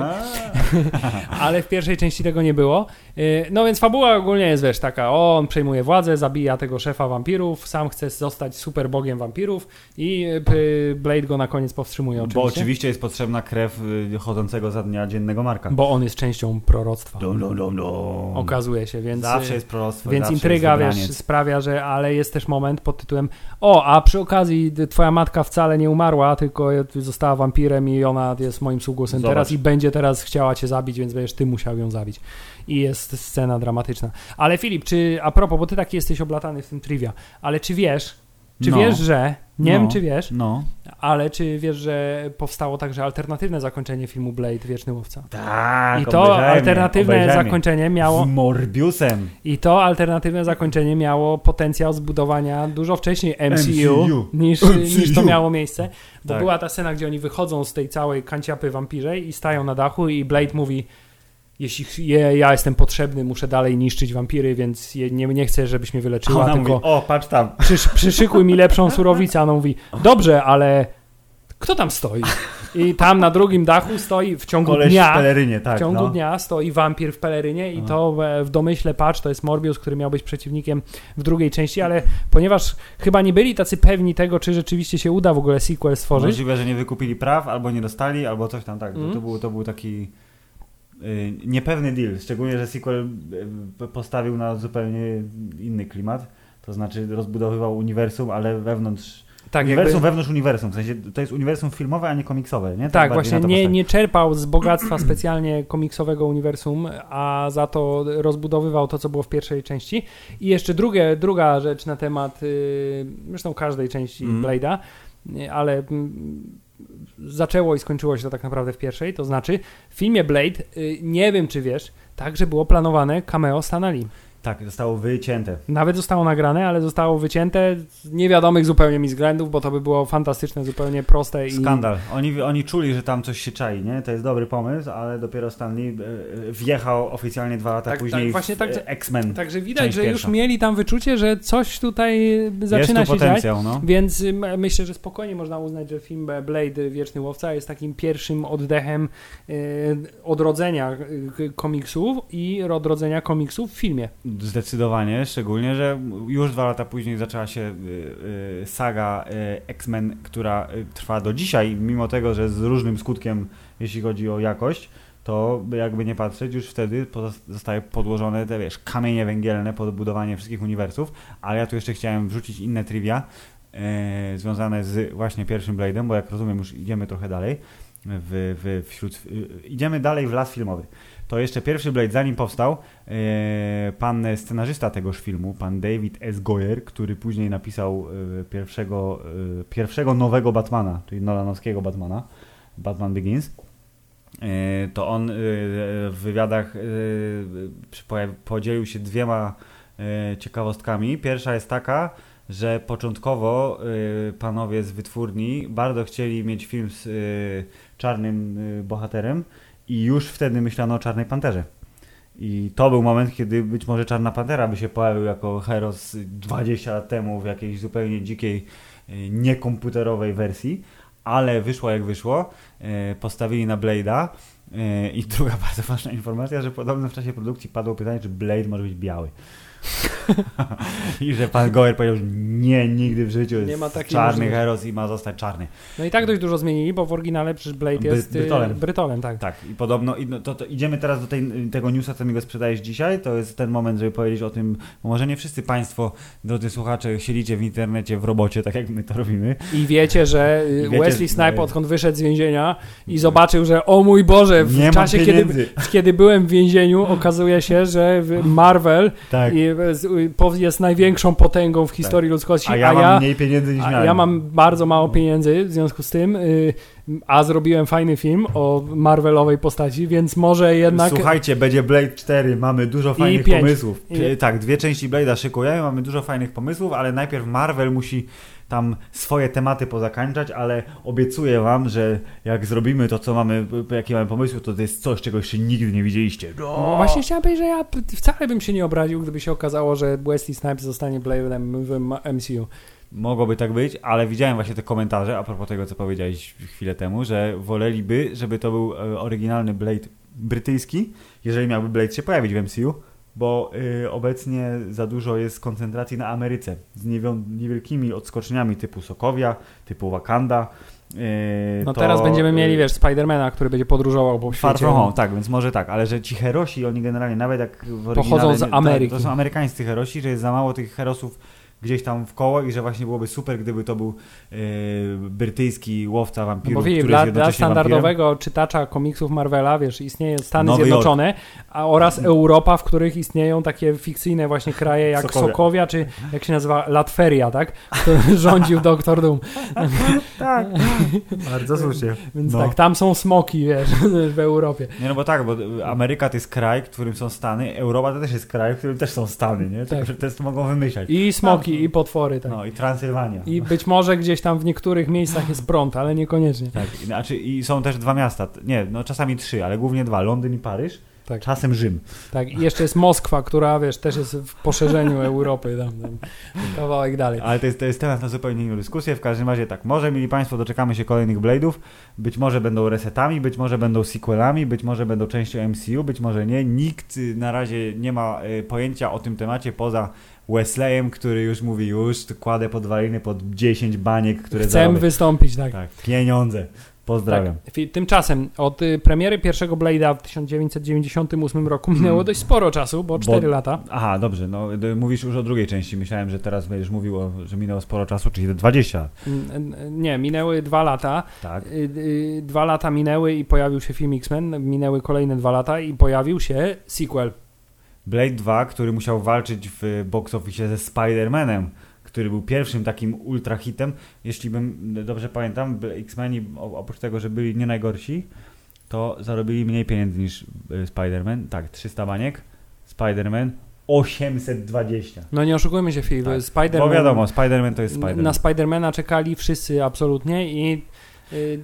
Ale w pierwszej części tego nie było. No więc fabuła ogólnie jest, wiesz, taka, o, on przejmuje władzę, zabija tego szefa wampirów, sam chce zostać super bogiem wampirów i Blade go na koniec powstrzymuje oczywiście. Bo oczywiście jest potrzebna krew chodzącego za dnia dziennego Marka. Bo on jest częścią proroctwa. Dum, dum, dum, dum. Okazuje się, więc... Zawsze jest proroctwo. Więc intryga, wiesz, sprawia, że ale jest też moment pod tytułem o, a przy okazji twoja matka wcale nie umarła, tylko została wampirem i ona jest moim sługusem Zobacz. teraz i będzie teraz chciała cię zabić, więc będziesz ty musiał ją zabić. I jest scena dramatyczna. Ale Filip, czy a propos, bo ty taki jesteś oblatany w tym trivia, ale czy wiesz, czy no. wiesz, że, nie no. wiem czy wiesz, no. ale czy wiesz, że powstało także alternatywne zakończenie filmu Blade, Wieczny Łowca? Tak, I to alternatywne obejrzemy. zakończenie miało... Z Morbiusem. I to alternatywne zakończenie miało potencjał zbudowania dużo wcześniej M C U, M C U. Niż, M C U. niż to miało miejsce, bo tak. była ta scena, gdzie oni wychodzą z tej całej kanciapy wampirzej i stają na dachu i Blade mówi: jeśli je, ja jestem potrzebny, muszę dalej niszczyć wampiry, więc je, nie, nie chcę, żebyś mnie wyleczyła, ona tylko mówi, o, patrz tam. Przysz, przyszykuj mi lepszą surowicę. A ona mówi, dobrze, ale kto tam stoi? I tam na drugim dachu stoi w ciągu Koleś dnia, w pelerynie, tak, w ciągu no. dnia stoi wampir w pelerynie i no. to w domyśle, patrz, to jest Morbius, który miał być przeciwnikiem w drugiej części, ale ponieważ chyba nie byli tacy pewni tego, czy rzeczywiście się uda w ogóle sequel stworzyć. Możliwe, że nie wykupili praw, albo nie dostali, albo coś tam, tak. Mm. To, to, był, to był taki y, niepewny deal, szczególnie, że sequel y, postawił na zupełnie inny klimat, to znaczy rozbudowywał uniwersum, ale wewnątrz Tak, uniwersum jakby... wewnątrz uniwersum, w sensie to jest uniwersum filmowe, a nie komiksowe, nie? Tak, tak właśnie, nie, nie czerpał z bogactwa specjalnie komiksowego uniwersum, a za to rozbudowywał to, co było w pierwszej części. I jeszcze drugie, druga rzecz na temat, yy, zresztą każdej części mm. Blade'a, yy, ale yy, zaczęło i skończyło się to tak naprawdę w pierwszej, to znaczy w filmie Blade, yy, nie wiem czy wiesz, także było planowane cameo Stana Lee. Tak, zostało wycięte. Nawet zostało nagrane, ale zostało wycięte z niewiadomych zupełnie mi względów, bo to by było fantastyczne, zupełnie proste. I... Skandal. Oni, oni czuli, że tam coś się czai, nie? To jest dobry pomysł, ale dopiero Stan Lee wjechał oficjalnie dwa lata tak, później tak, właśnie w tak, X-Men. Także widać, że pierwsza. Już mieli tam wyczucie, że coś tutaj zaczyna jest tu się potencjał, dziać, no. Więc myślę, że spokojnie można uznać, że film Blade Wieczny Łowca jest takim pierwszym oddechem odrodzenia komiksów i odrodzenia komiksów w filmie. Zdecydowanie, szczególnie, że już dwa lata później zaczęła się y, y, saga y, X-Men, która y, trwa do dzisiaj, mimo tego, że z różnym skutkiem, jeśli chodzi o jakość, to jakby nie patrzeć, już wtedy zostaje podłożone te, wiesz, kamienie węgielne pod budowanie wszystkich uniwersów, ale ja tu jeszcze chciałem wrzucić inne trivia y, związane z właśnie pierwszym Blade'em, bo jak rozumiem już idziemy trochę dalej, w, w, wśród, y, idziemy dalej w las filmowy. To jeszcze pierwszy Blade, zanim powstał, yy, pan scenarzysta tegoż filmu, pan David S. Goyer, który później napisał yy, pierwszego, yy, pierwszego nowego Batmana, czyli nolanowskiego Batmana, Batman Begins, yy, to on yy, w wywiadach yy, podzielił się dwiema yy, ciekawostkami. Pierwsza jest taka, że początkowo yy, panowie z wytwórni bardzo chcieli mieć film z yy, czarnym yy, bohaterem, i już wtedy myślano o Czarnej Panterze. I to był moment, kiedy być może Czarna Pantera by się pojawił jako hero z dwadzieścia lat temu w jakiejś zupełnie dzikiej, niekomputerowej wersji, ale wyszło jak wyszło. Postawili na Blade'a. I druga bardzo ważna informacja, że podobno w czasie produkcji padło pytanie, czy Blade może być biały. I że pan Goyer powiedział, że nie, nigdy w życiu jest nie ma czarny heros i ma zostać czarny. No i tak dość dużo zmienili, bo w oryginale przecież Blade jest Brytolem. Brytolem, tak. Tak, i podobno, no, to, to idziemy teraz do tej, tego newsa, co mi go sprzedajesz dzisiaj, to jest ten moment, żeby powiedzieć o tym, bo może nie wszyscy państwo, drodzy słuchacze, siedzicie w internecie w robocie, tak jak my to robimy. I wiecie, że I wiecie, Wesley Snipes, odkąd wyszedł z więzienia i zobaczył, że o mój Boże, że w nie czasie, kiedy, kiedy byłem w więzieniu, okazuje się, że Marvel tak. jest największą potęgą w historii tak. ludzkości, a ja, a mam ja, mniej pieniędzy niż miałem. Ja mam bardzo mało pieniędzy w związku z tym, a zrobiłem fajny film o Marvelowej postaci, więc może jednak... Słuchajcie, będzie Blade cztery, mamy dużo fajnych pomysłów. I... Tak, dwie części Blade'a szykujemy, mamy dużo fajnych pomysłów, ale najpierw Marvel musi tam swoje tematy pozakańczać, ale obiecuję wam, że jak zrobimy to, co mamy, jakie mamy pomysły, to to jest coś, czego jeszcze nigdy nie widzieliście. No, właśnie chciałem powiedzieć, że ja wcale bym się nie obraził, gdyby się okazało, że Wesley Snipes zostanie Blade'em w M C U. Mogłoby tak być, ale widziałem właśnie te komentarze a propos tego, co powiedziałeś chwilę temu, że woleliby, żeby to był oryginalny Blade brytyjski, jeżeli miałby Blade się pojawić w M C U, bo y, obecnie za dużo jest koncentracji na Ameryce z niewielkimi odskoczniami typu Sokowia, typu Wakanda. Yy, no to, teraz będziemy mieli, wiesz, Spidermana, który będzie podróżował po świecie. Far tak, więc może tak, ale że ci herosi, oni generalnie nawet jak w pochodzą z Ameryki. To, to są amerykańscy herosi, że jest za mało tych herosów gdzieś tam w koło i że właśnie byłoby super, gdyby to był yy, brytyjski łowca wampirów, no bo który dla, jest dla standardowego wampirem. Czytacza komiksów Marvela, wiesz, istnieje Stany Nowy Zjednoczone Jork. A oraz Europa, w których istnieją takie fikcyjne właśnie kraje jak Sokovia, Sokovia czy jak się nazywa Latveria, tak? Który rządził Doktor Doom. Tak, bardzo słusznie. Więc no. tak, tam są smoki, wiesz, w Europie. Nie, no bo tak, bo Ameryka to jest kraj, w którym są Stany, Europa to też jest kraj, w którym też są Stany, nie? Tak. Tylko, że to mogą wymyślać. I smoki, i potwory. Tak. No i Transylwania. I być może gdzieś tam w niektórych miejscach jest prąd, ale niekoniecznie. Tak, znaczy i są też dwa miasta, nie, no czasami trzy, ale głównie dwa, Londyn i Paryż, tak. Czasem Rzym. Tak, i jeszcze jest Moskwa, która, wiesz, też jest w poszerzeniu Europy, tam, tam kawałek dalej. Ale to jest, to jest temat na zupełnie inną dyskusję, w każdym razie tak, może, mieli Państwo, doczekamy się kolejnych Blade'ów, być może będą resetami, być może będą sequelami, być może będą częścią M C U, być może nie, nikt na razie nie ma y, pojęcia o tym temacie poza Wesleyem, który już mówi, już kładę podwaliny pod dziesięć baniek, które Chcę zarobię. wystąpić, tak. Tak, pieniądze. Pozdrawiam. Tak. Tymczasem od y, premiery pierwszego Blade'a w tysiąc dziewięćset dziewięćdziesiątym ósmym roku minęło hmm. dość sporo czasu, bo cztery bo, lata. Aha, dobrze. No, mówisz już o drugiej części. Myślałem, że teraz będziesz mówił, o, że minęło sporo czasu, czyli dwadzieścia lat. Nie, minęły dwa lata. Tak. Y, y, dwa lata minęły i pojawił się film X-Men. Minęły kolejne dwa lata i pojawił się sequel. Blade dwa, który musiał walczyć w box office ze Spider-Manem, który był pierwszym takim ultra hitem. Jeśli bym dobrze pamiętam, X-Meni oprócz tego, że byli nie najgorsi, to zarobili mniej pieniędzy niż Spider-Man. Tak, trzysta baniek. Spider-Man osiemset dwadzieścia. No nie oszukujmy się, Phil. Tak. Spider-Man, bo wiadomo, Spider-Man to jest Spider-Man. Na Spider-Mana czekali wszyscy absolutnie i yy,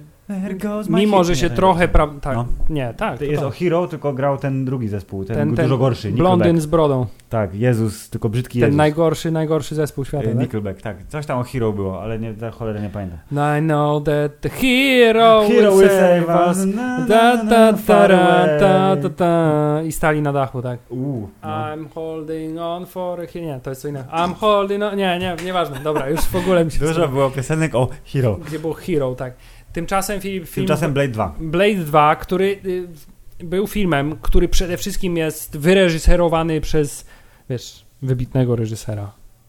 mimo, że się nie, trochę... Pra- tak, no. Nie, tak. To jest to. O Hero, tylko grał ten drugi zespół, ten, ten, ten dużo gorszy. Blondyn z brodą. Tak, Jezus, tylko brzydki ten Jezus. Ten najgorszy, najgorszy zespół świata, e, Nickelback, tak? tak. Coś tam o Hero było, ale nie, za cholerę nie pamiętam. I know that the hero, hero will save us. Da, da, da, da, da, da. I stali na dachu, tak. Uh, no. I'm holding on for... Nie, to jest co innego. I'm holding on... Nie, nie, nieważne. Dobra, już w ogóle mi się... Dużo było piosenek o Hero. Gdzie był Hero, tak. Tymczasem film... Tymczasem Blade dwa. Blade dwa, który y, był filmem, który przede wszystkim jest wyreżyserowany przez, wiesz, wybitnego reżysera.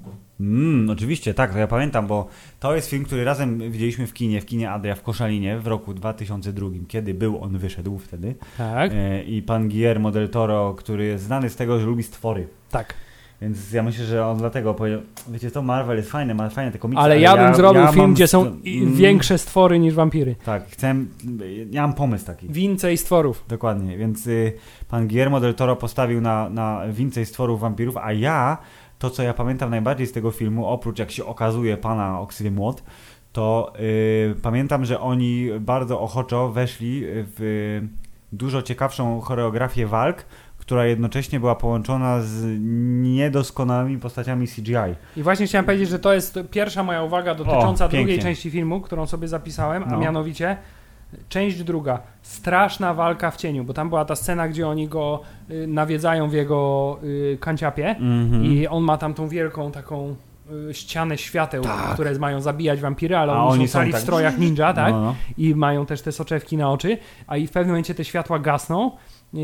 Mm, oczywiście, tak, to ja pamiętam, bo to jest film, który razem widzieliśmy w kinie, w kinie Adria w Koszalinie w roku dwa tysiące drugim, kiedy był on, wyszedł wtedy. Tak. E, I pan Guillermo del Toro, który jest znany z tego, że lubi stwory. Tak. Więc ja myślę, że on dlatego powiedział, wiecie to Marvel jest fajne, ma fajne te komiksy. Ale, ale ja bym ja, zrobił ja film, mam... gdzie są mm, większe stwory niż wampiry. Tak, chcę, ja mam pomysł taki. Więcej stworów. Dokładnie, więc y, pan Guillermo del Toro postawił na, na więcej stworów wampirów, a ja, to co ja pamiętam najbardziej z tego filmu, oprócz jak się okazuje pana Oksywie Młot, to y, pamiętam, że oni bardzo ochoczo weszli w y, dużo ciekawszą choreografię walk, która jednocześnie była połączona z niedoskonałymi postaciami C G I. I właśnie chciałem powiedzieć, że to jest pierwsza moja uwaga dotycząca o, drugiej części filmu, którą sobie zapisałem, no. A mianowicie część druga. Straszna walka w cieniu, bo tam była ta scena, gdzie oni go y, nawiedzają w jego y, kanciapie mm-hmm. i on ma tam tą wielką taką ścianę świateł, tak. które mają zabijać wampiry, ale a oni, oni są cali tak... w strojach ninja, tak? No, no. I mają też te soczewki na oczy, a i w pewnym momencie te światła gasną, yy,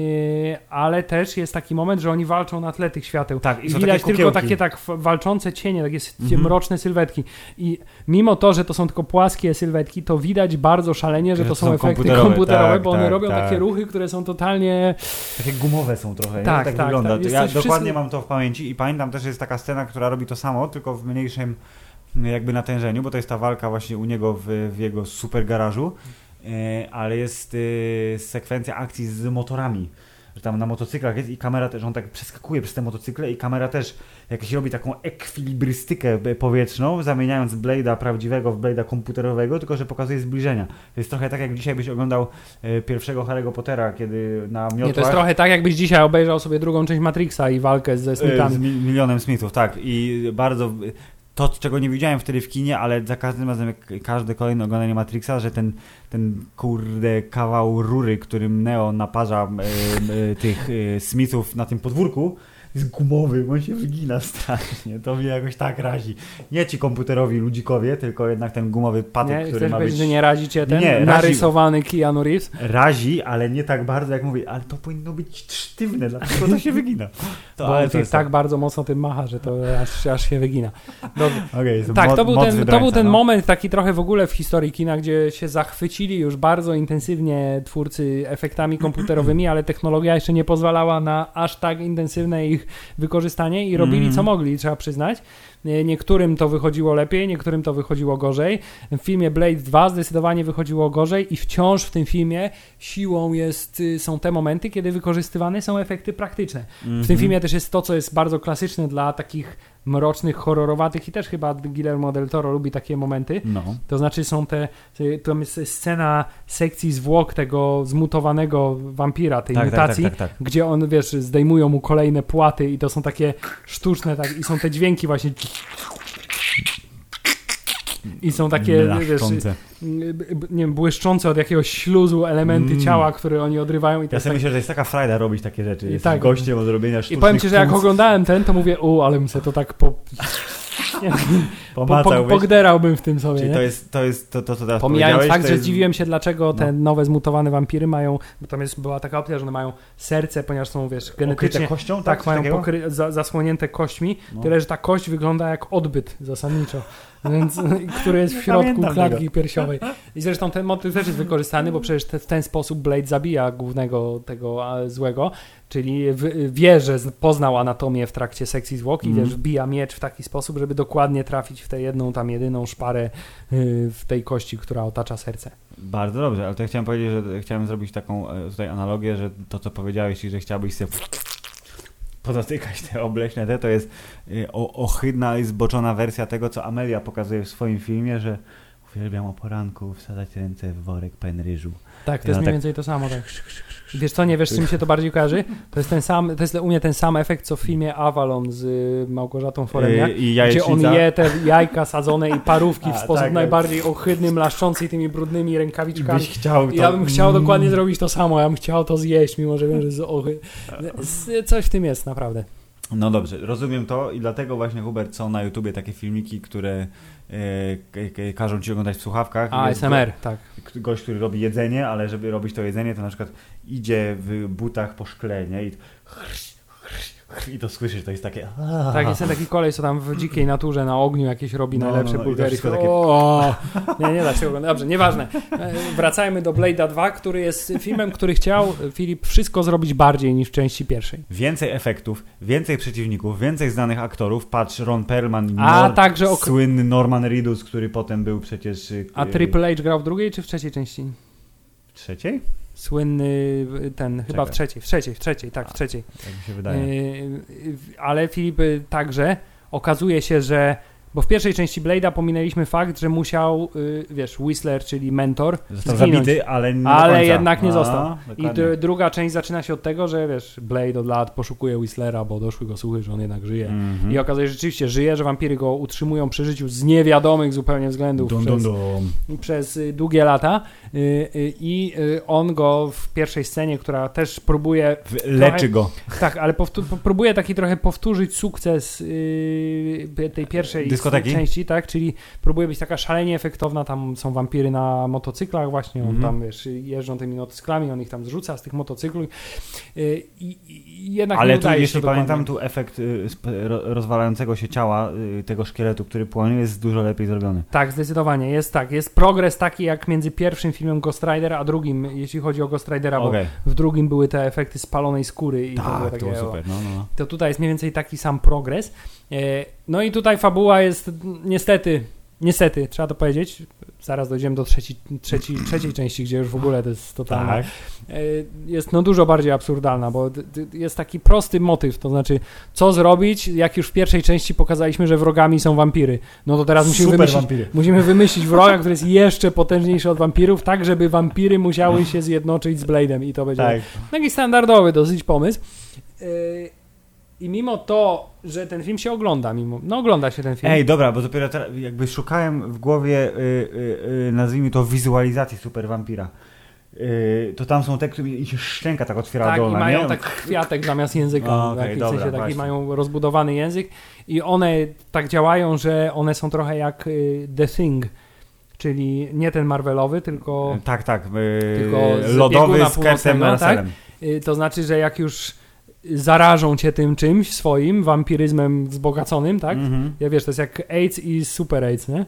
ale też jest taki moment, że oni walczą na tle tych świateł. Tak, i, I są widać takie tylko takie tak walczące cienie, takie mhm. mroczne sylwetki. I mimo to, że to są tylko płaskie sylwetki, to widać bardzo szalenie, że, że to są, są efekty komputerowe, komputerowe tak, bo one tak, robią tak. takie ruchy, które są totalnie... Takie gumowe są trochę, tak, tak, tak wygląda. Tak, ja dokładnie wszystko... mam to w pamięci i pamiętam też, jest taka scena, która robi to samo, tylko w mniejszym jakby natężeniu, bo to jest ta walka właśnie u niego w, w jego super garażu, e, ale jest e, sekwencja akcji z motorami, że tam na motocyklach jest i kamera też, on tak przeskakuje przez te motocykle i kamera też jakś robi taką ekwilibrystykę powietrzną, zamieniając Blade'a prawdziwego w Blade'a komputerowego, tylko że pokazuje zbliżenia. To jest trochę tak, jak dzisiaj byś oglądał e, pierwszego Harry'ego Pottera, kiedy na miotłach... Nie, to jest trochę tak, jakbyś dzisiaj obejrzał sobie drugą część Matrixa i walkę ze Smithami. E, z mi- milionem Smithów, tak. I bardzo... To, czego nie widziałem wtedy w kinie, ale za każdym razem, jak każde kolejne oglądanie Matrixa, że ten, ten kurde kawał rury, którym Neo naparza e, e, tych e, Smithów na tym podwórku, jest gumowy, on się wygina strasznie. To mnie jakoś tak razi. Nie ci komputerowi ludzikowie, tylko jednak ten gumowy patyk, nie, który ma być... że nie razi cię ten nie, narysowany razi... Keanu Reeves? Razi, ale nie tak bardzo, jak mówię, ale to powinno być sztywne, dlaczego to się wygina? To, Bo ale to jest tak to... bardzo mocno tym macha, że to aż, aż się wygina. Okay, tak, mo- to był ten, wybrańca, to był ten no. moment taki trochę w ogóle w historii kina, gdzie się zachwycili już bardzo intensywnie twórcy efektami komputerowymi, ale technologia jeszcze nie pozwalała na aż tak intensywne ich wykorzystanie i robili mm. co mogli, trzeba przyznać. Niektórym to wychodziło lepiej, niektórym to wychodziło gorzej. W filmie Blade dwa zdecydowanie wychodziło gorzej i wciąż w tym filmie siłą jest, są te momenty, kiedy wykorzystywane są efekty praktyczne. Mm-hmm. W tym filmie też jest to, co jest bardzo klasyczne dla takich mrocznych, horrorowatych i też chyba Guillermo del Toro lubi takie momenty. No. To znaczy są te, to jest scena sekcji zwłok tego zmutowanego wampira, tej tak, mutacji, tak, tak, tak, tak. gdzie on, wiesz, zdejmują mu kolejne płaty i to są takie sztuczne, tak, i są te dźwięki właśnie i są takie, wiesz, nie wiem, błyszczące od jakiegoś śluzu elementy mm. ciała, które oni odrywają. I to ja sobie tak... myślę, że jest taka frajda robić takie rzeczy. Jest tak. gościem od robienia sztucznych. I powiem ci, że jak punc... oglądałem ten, to mówię, u, ale bym sobie to tak po... Nie, po, po, pogderałbym w tym sobie. Czyli nie? to jest to, jest to, to co teraz pomijając fakt, że jest... zdziwiłem się, dlaczego te no. nowe zmutowane wampiry mają, bo tam jest, była taka opcja, że one mają serce, ponieważ są, wiesz, genetycznie kością, tak, tak mają pokry- za, zasłonięte kośćmi, no. tyle, że ta kość wygląda jak odbyt zasadniczo. Więc, który jest w środku klatki tego. piersiowej. I zresztą ten motyw też jest wykorzystany, bo przecież te, w ten sposób Blade zabija głównego tego a, złego, czyli w, wie, że poznał anatomię w trakcie sekcji zwłok i mm. wiesz, wbija miecz w taki sposób, żeby dokładnie trafić w tę jedną, tam jedyną szparę yy, w tej kości, która otacza serce. Bardzo dobrze, ale to ja chciałem powiedzieć, że chciałem zrobić taką tutaj analogię, że to, co powiedziałeś, że chciałbyś sobie podotykać te obleśne te, to jest o, ohydna i zboczona wersja tego, co Amelia pokazuje w swoim filmie, że uwielbiam o poranku wsadzać ręce w worek pełen ryżu. Tak, to jest mniej tak... więcej to samo. Tak. Wiesz co, nie wiesz, z czym się to bardziej kojarzy? To jest ten sam, to jest u mnie ten sam efekt, co w filmie Avalon z Małgorzatą Foremniak, yy, gdzie on je te jajka sadzone i parówki A, w sposób tak, najbardziej ohydny, mlaszczący tymi brudnymi rękawiczkami. Byś chciał to... I ja bym chciał mm. dokładnie zrobić to samo, ja bym chciał to zjeść, mimo że wiem, że jest ohydne. Coś w tym jest, naprawdę. No dobrze, rozumiem to i dlatego właśnie, Hubert, są na YouTubie takie filmiki, które e, k- każą ci oglądać w słuchawkach. A, S M R, tak. Gość, który robi jedzenie, ale żeby robić to jedzenie, to na przykład idzie w butach po szkle, nie? I chrś, chrś, chrś, i to słyszysz, to jest takie... Tak, jest taki kolej, co tam w dzikiej naturze na ogniu jakieś robi no, najlepsze no, bulgari. Takie... O, nie, nie da się oglądać. Dobrze, nieważne. Wracajmy do Blade'a dwa, który jest filmem, który chciał, Filip, wszystko zrobić bardziej niż w części pierwszej. Więcej efektów, więcej przeciwników, więcej znanych aktorów. Patrz, Ron Perlman, A, Nor- także ok- słynny Norman Reedus, który potem był przecież... A Triple H grał w drugiej czy w trzeciej części? W trzeciej? Słynny ten, Czekaj. chyba w trzeciej, w trzeciej, w trzeciej, tak, w trzeciej. Tak mi się wydaje. Yy, ale Filip, także okazuje się, że Bo w pierwszej części Blade'a pominęliśmy fakt, że musiał, yy, wiesz, Whistler, czyli mentor, został zabity, ale nie Ale jednak nie A, został. Dokładnie. I d- druga część zaczyna się od tego, że wiesz, Blade od lat poszukuje Whistlera, bo doszły go słuchy, że on jednak żyje. Mm-hmm. I okazuje się, że rzeczywiście żyje, że wampiry go utrzymują przy życiu z niewiadomych zupełnie względów dum, przez, dum, dum. przez długie lata. Yy, yy, I yy, on go w pierwszej scenie, która też próbuje... Leczy trochę, go. Tak, ale powtó- próbuje taki trochę powtórzyć sukces yy, tej pierwszej dyskoteki? części, tak? Czyli próbuje być taka szalenie efektowna, tam są wampiry na motocyklach właśnie, on mm-hmm. tam wiesz, jeżdżą tymi motocyklami, on ich tam zrzuca z tych motocykli yy, i, i jednak ale nie tu, udaje jeśli się pamiętam, dokładnie. tu efekt y, rozwalającego się ciała y, tego szkieletu, który płonie, jest dużo lepiej zrobiony. Tak, zdecydowanie, jest tak, jest progres taki jak między pierwszym filmem Ghost Rider, a drugim, jeśli chodzi o Ghost Ridera, okay. bo w drugim były te efekty spalonej skóry i tak, to było takie, to było super, no, no. To tutaj jest mniej więcej taki sam progres. No i tutaj fabuła jest niestety, niestety, trzeba to powiedzieć, zaraz dojdziemy do trzeci, trzeci, trzeciej części, gdzie już w ogóle to jest totalna. Tak. Jest no dużo bardziej absurdalna, bo jest taki prosty motyw, to znaczy co zrobić, jak już w pierwszej części pokazaliśmy, że wrogami są wampiry. No to teraz musimy wymyślić, musimy wymyślić wroga, który jest jeszcze potężniejszy od wampirów, tak żeby wampiry musiały się zjednoczyć z Blade'em i to będzie tak. taki standardowy dosyć pomysł. I mimo to, że ten film się ogląda, mimo, no ogląda się ten film. Ej, dobra, bo dopiero teraz jakby szukałem w głowie, yy, yy, nazwijmy to, wizualizacji Super Vampira. Yy, to tam są te, które i się szczęka tak otwiera tak, dolna, i mają nie? tak kwiatek zamiast języka. O, okay, tak, dobra, w sensie taki właśnie. mają rozbudowany język i one tak działają, że one są trochę jak y, The Thing. Czyli nie ten Marvelowy, tylko... Tak, tak. Yy, tylko z lodowy z Kurtem Russellem. Tak? Yy, to znaczy, że jak już zarażą cię tym czymś swoim, wampiryzmem wzbogaconym, tak? Mm-hmm. Ja wiesz, to jest jak AIDS i Super AIDS, nie?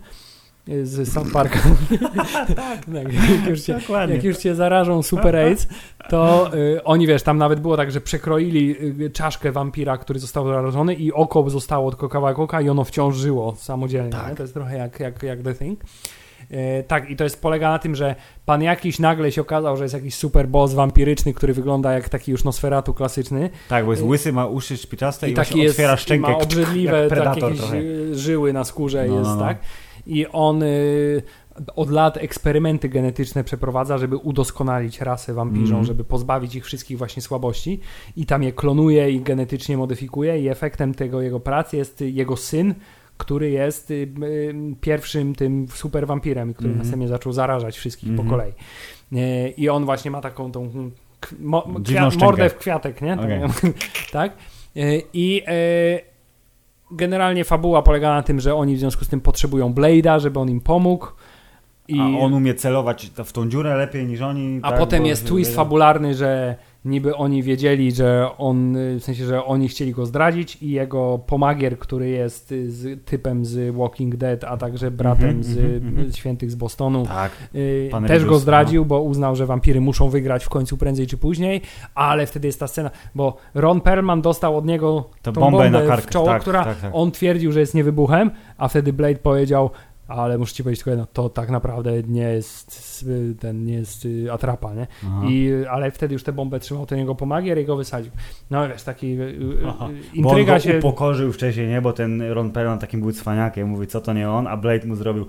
Z South Parka. tak, jak, już cię, jak już cię zarażą Super AIDS, to y, oni, wiesz, tam nawet było tak, że przekroili y, czaszkę wampira, który został zarażony i oko zostało tylko kawałek oka i ono wciąż żyło samodzielnie. Tak. To jest trochę jak, jak, jak The Thing. E, tak, i to jest polega na tym, że pan jakiś nagle się okazał, że jest jakiś super boss wampiryczny, który wygląda jak taki już Nosferatu klasyczny. Tak, bo jest łysy, ma uszy szpiczaste i, i taki jest, otwiera szczękę. Ma obrzydliwe tak, jakieś trochę. Żyły na skórze no, jest, no, no. tak? I on y, od lat eksperymenty genetyczne przeprowadza, żeby udoskonalić rasę wampirzą, mm. żeby pozbawić ich wszystkich właśnie słabości i tam je klonuje i genetycznie modyfikuje i efektem tego jego pracy jest jego syn, który jest y, y, pierwszym tym super wampirem, który mm-hmm. następnie zaczął zarażać wszystkich mm-hmm. po kolei. Y, I on właśnie ma taką tą k- mo- kwia- mordę w kwiatek, nie? Okay. tak? Y, I y, generalnie fabuła polega na tym, że oni w związku z tym potrzebują Blade'a, żeby on im pomógł. I... A on umie celować w tą dziurę lepiej niż oni. A tak, potem jest twist wie... fabularny, że niby oni wiedzieli, że on, w sensie, że oni chcieli go zdradzić i jego pomagier, który jest z, typem z Walking Dead, a także bratem mm-hmm, z, mm-hmm. z Świętych z Bostonu, tak, y, też Rebus, go zdradził, no. bo uznał, że wampiry muszą wygrać w końcu prędzej czy później, ale wtedy jest ta scena, bo Ron Perlman dostał od niego tą tą bombę, bombę na kark, w czoło, tak, która tak, tak. on twierdził, że jest niewybuchem, a wtedy Blade powiedział, ale muszę ci powiedzieć tylko jedno, to tak naprawdę nie jest ten, nie jest atrapa, nie? I, ale wtedy już tę bombę trzymał ten jego pomagier i go wysadził. No wiesz, taki Aha. intryga bo on go się... upokorzył wcześniej, nie? Bo ten Ron Perlman takim był cwaniakiem, mówi, co to nie on, a Blade mu zrobił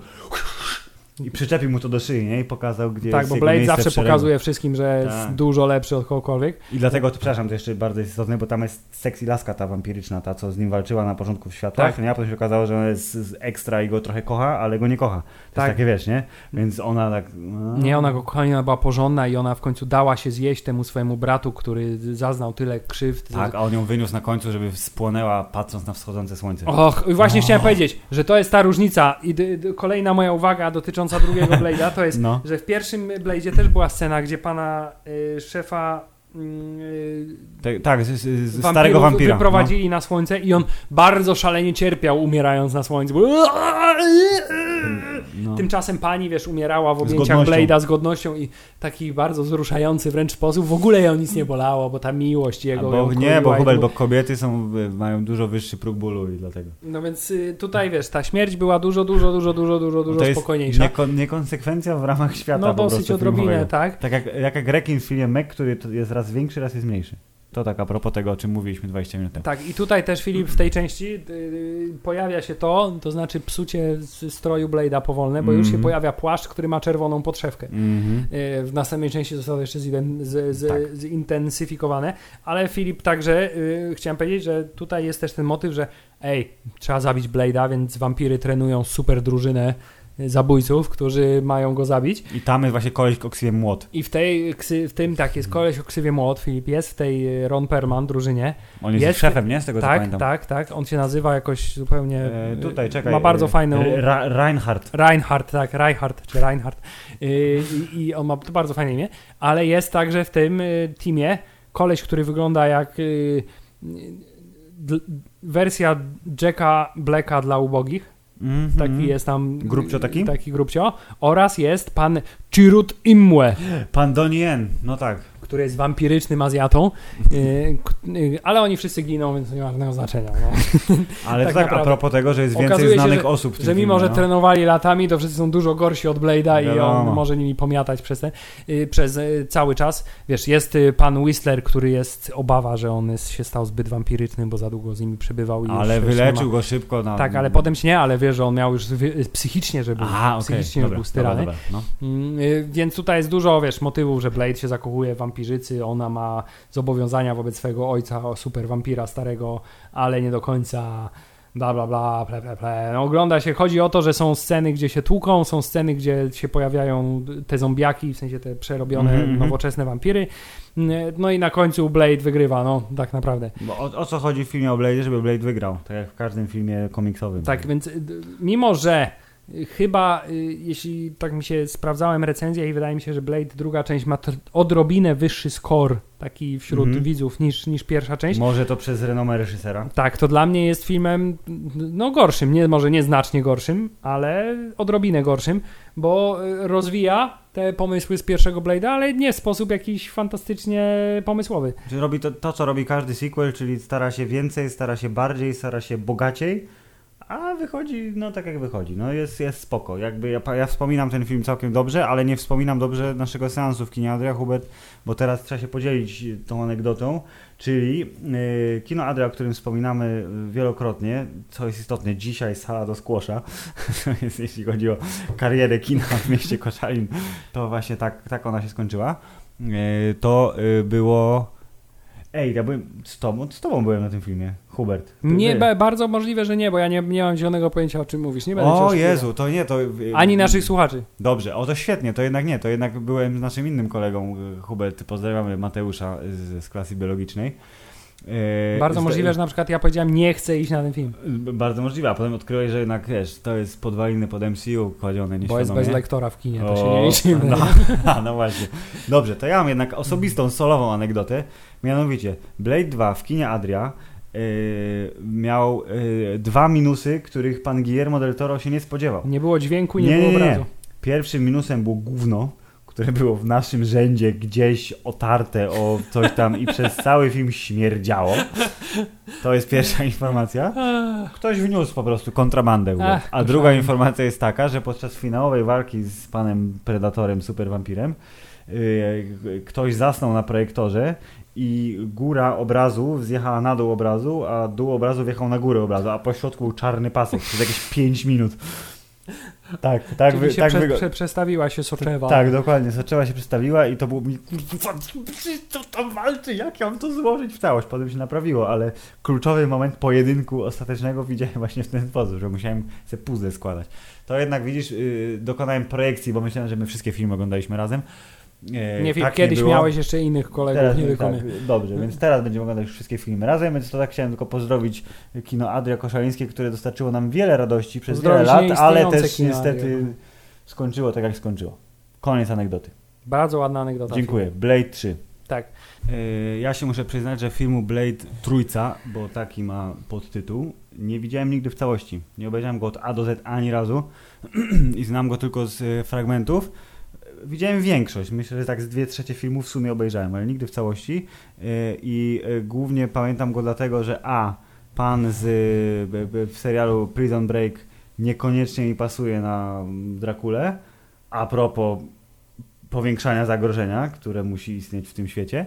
i przyczepił mu to do szyi, nie? I pokazał, gdzie tak, jest bo jego Blade miejsce zawsze pokazuje wszystkim, że jest tak. dużo lepszy od kogokolwiek. I dlatego, to, przepraszam, to jeszcze bardzo istotne, bo tam jest sexy laska ta wampiryczna, ta, co z nim walczyła na początku w światach, tak. nie? A potem się okazało, że ona jest ekstra i go trochę kocha, ale go nie kocha. To tak. jest takie, wiesz, nie? Więc ona tak... No. Nie, ona go kocha, ona była porządna i ona w końcu dała się zjeść temu swojemu bratu, który zaznał tyle krzywd. Tak, a on ją wyniósł na końcu, żeby spłonęła, patrząc na wschodzące słońce. Och, właśnie oh. chciałem powiedzieć, że to jest ta różnica i d- d- kolejna moja uwaga dotycząca drugiego Blade'a, to jest, no. że w pierwszym Blade'zie też była scena, gdzie pana y, szefa y, tak, tak, z, z starego wampira wyprowadzili no. na słońce i on bardzo szalenie cierpiał, umierając na słońcu. No. Tymczasem pani, wiesz, umierała w objęciach Blade'a z godnością i taki bardzo wzruszający wręcz sposób. W ogóle ją nic nie bolało, bo ta miłość jego... Bo nie, bo, Hubert, bo kobiety są, mają dużo wyższy próg bólu i dlatego. No więc y, tutaj, wiesz, ta śmierć była dużo, dużo, dużo, dużo, dużo, dużo to jest spokojniejsza. Nieko, niekonsekwencja w ramach świata. No dosyć odrobinę, tak. Tak jak, jak, jak rekin w filmie Meg, który jest raz większy, raz jest mniejszy. To tak a propos tego, o czym mówiliśmy dwadzieścia minut temu. Tak, i tutaj też, Filip, w tej części yy, pojawia się to, to znaczy psucie z stroju Blade'a powolne, bo mm-hmm. już się pojawia płaszcz, który ma czerwoną podszewkę. Mm-hmm. Yy, w następnej części zostało jeszcze ziden- z, z, tak. zintensyfikowane, ale Filip, także yy, chciałem powiedzieć, że tutaj jest też ten motyw, że ej, trzeba zabić Blade'a, więc wampiry trenują super drużynę zabójców, którzy mają go zabić. I tam jest właśnie koleś o ksywie Młot. I w tej, w tym tak, jest koleś o ksywie Młot, Filip, jest w tej Ron Perlman drużynie. On jest, jest szefem, nie? Z tego tak, co pamiętam. Tak, tak, tak. On się nazywa jakoś zupełnie... E, tutaj, czekaj. Ma bardzo fajną... Ra- Reinhardt. Reinhardt, tak, Reinhardt, czy Reinhardt. I, I on ma bardzo fajne imię, ale jest także w tym teamie koleś, który wygląda jak d- wersja Jacka Blacka dla ubogich. Mm-hmm. Taki jest tam... Grupcio taki? Taki grupcio. Oraz jest pan Chirrut Imwe. Pan Donnie, no tak. Który jest wampirycznym Azjatą, yy, yy, ale oni wszyscy giną, więc to nie ma żadnego znaczenia. No. Ale tak, tak a propos tego, że jest więcej znanych się, że, osób w tym że mimo, filmie, że no. trenowali latami, to wszyscy są dużo gorsi od Blade'a i on może nimi pomiatać przez, ten, yy, przez yy, cały czas. Wiesz, jest yy, pan Whistler, który jest obawa, że on jest, się stał zbyt wampirycznym, bo za długo z nimi przebywał. I ale już, wyleczył ma... go szybko. Na... Tak, ale potem się nie, ale wiesz, że on miał już wy... psychicznie, że był, Aha, psychicznie okay. był styrany. Dobra, dobra, no. yy, więc tutaj jest dużo, wiesz, motywów, że Blade się zakochuje w wampirzycy, ona ma zobowiązania wobec swojego ojca, o super wampira starego, ale nie do końca bla bla bla, ple, ple, ple. No, ogląda się, chodzi o to, że są sceny, gdzie się tłuką, są sceny, gdzie się pojawiają te zombiaki, w sensie te przerobione, mm-hmm. nowoczesne wampiry, no i na końcu Blade wygrywa, no tak naprawdę. Bo o, o co chodzi w filmie o Blade, żeby Blade wygrał, tak jak w każdym filmie komiksowym. Tak, więc mimo, że chyba, jeśli tak mi się sprawdzałem recenzję i wydaje mi się, że Blade druga część ma tr- odrobinę wyższy score taki wśród mm-hmm. widzów niż, niż pierwsza część. Może to przez renomę reżysera. Tak, to dla mnie jest filmem no gorszym, nie, może nie znacznie gorszym, ale odrobinę gorszym, bo rozwija te pomysły z pierwszego Blade'a, ale nie w sposób jakiś fantastycznie pomysłowy. Czyli robi to, to, co robi każdy sequel, czyli stara się więcej, stara się bardziej, stara się bogaciej, a wychodzi, no tak jak wychodzi. No jest, jest spoko. Jakby ja, ja wspominam ten film całkiem dobrze, ale nie wspominam dobrze naszego seansu w kinie Adria, Hubert, bo teraz trzeba się podzielić tą anegdotą, czyli yy, kino Adria, o którym wspominamy wielokrotnie, co jest istotne, dzisiaj sala do squasha, jest, jeśli chodzi o karierę kina w mieście Koszalin, to właśnie tak, tak ona się skończyła. Yy, to yy, było... Ej, ja byłem z tobą, z tobą byłem na tym filmie, Hubert. Nie, ba- bardzo możliwe, że nie, bo ja nie, nie mam zielonego pojęcia, o czym mówisz. Nie będę o Jezu, to nie, to... Ani naszych słuchaczy. Dobrze, o to świetnie, to jednak nie, to jednak byłem z naszym innym kolegą, Hubert, pozdrawiamy Mateusza z, z klasy biologicznej. Yy, bardzo możliwe, że na przykład ja powiedziałem, nie chcę iść na ten film. Bardzo możliwe, a potem odkryłeś, że jednak, wiesz, to jest podwaliny pod M C U kładzione nieświadomie. Bo jest bez lektora w kinie, to o, się nie liczymy. No, a, no właśnie. Dobrze, to ja mam jednak osobistą, solową anegdotę. Mianowicie, Blade dwa w kinie Adria yy, miał yy, dwa minusy, których pan Guillermo del Toro się nie spodziewał. Nie było dźwięku, nie, nie było nie, obrazu. Nie. Pierwszym minusem było gówno, które było w naszym rzędzie gdzieś otarte o coś tam i przez cały film śmierdziało. To jest pierwsza informacja. Ktoś wniósł po prostu kontrabandę. Ach, a druga szalnie. Informacja jest taka, że podczas finałowej walki z panem Predatorem, superwampirem, yy, ktoś zasnął na projektorze i góra obrazu zjechała na dół obrazu, a dół obrazu wjechał na górę obrazu, a po środku był czarny pasek przez jakieś pięć minut. Tak, tak. Czyli wy, się tak prze, wygo- prze, przestawiła się Soczewa. Tak, dokładnie. Soczewa się przestawiła i to było mi... Co tam walczy? Jak ja mam to złożyć w całość? Potem się naprawiło, ale kluczowy moment pojedynku ostatecznego widziałem właśnie w ten sposób, że musiałem sobie puzzle składać. To jednak widzisz, yy, dokonałem projekcji, bo myślałem, że my wszystkie filmy oglądaliśmy razem. E, nie wiem, tak kiedyś nie miałeś jeszcze innych kolegów, teraz, nie wykonuję. Tak, dobrze, więc teraz będziemy oglądać wszystkie filmy razem, więc to tak chciałem tylko pozdrowić kino Adria Koszalińskie, które dostarczyło nam wiele radości przez wiele lat, ale też niestety Adria. skończyło tak jak skończyło. Koniec anegdoty. Bardzo ładna anegdota. Dziękuję. Blade trzy. Tak. E, ja się muszę przyznać, że filmu Blade Trójca, bo taki ma podtytuł, nie widziałem nigdy w całości. Nie obejrzałem go od A do Z ani razu i znam go tylko z fragmentów. Widziałem większość, myślę, że tak z dwie trzecie filmów w sumie obejrzałem, ale nigdy w całości i głównie pamiętam go dlatego, że a, pan z, w serialu Prison Break niekoniecznie mi pasuje na Drakulę, a propos powiększania zagrożenia, które musi istnieć w tym świecie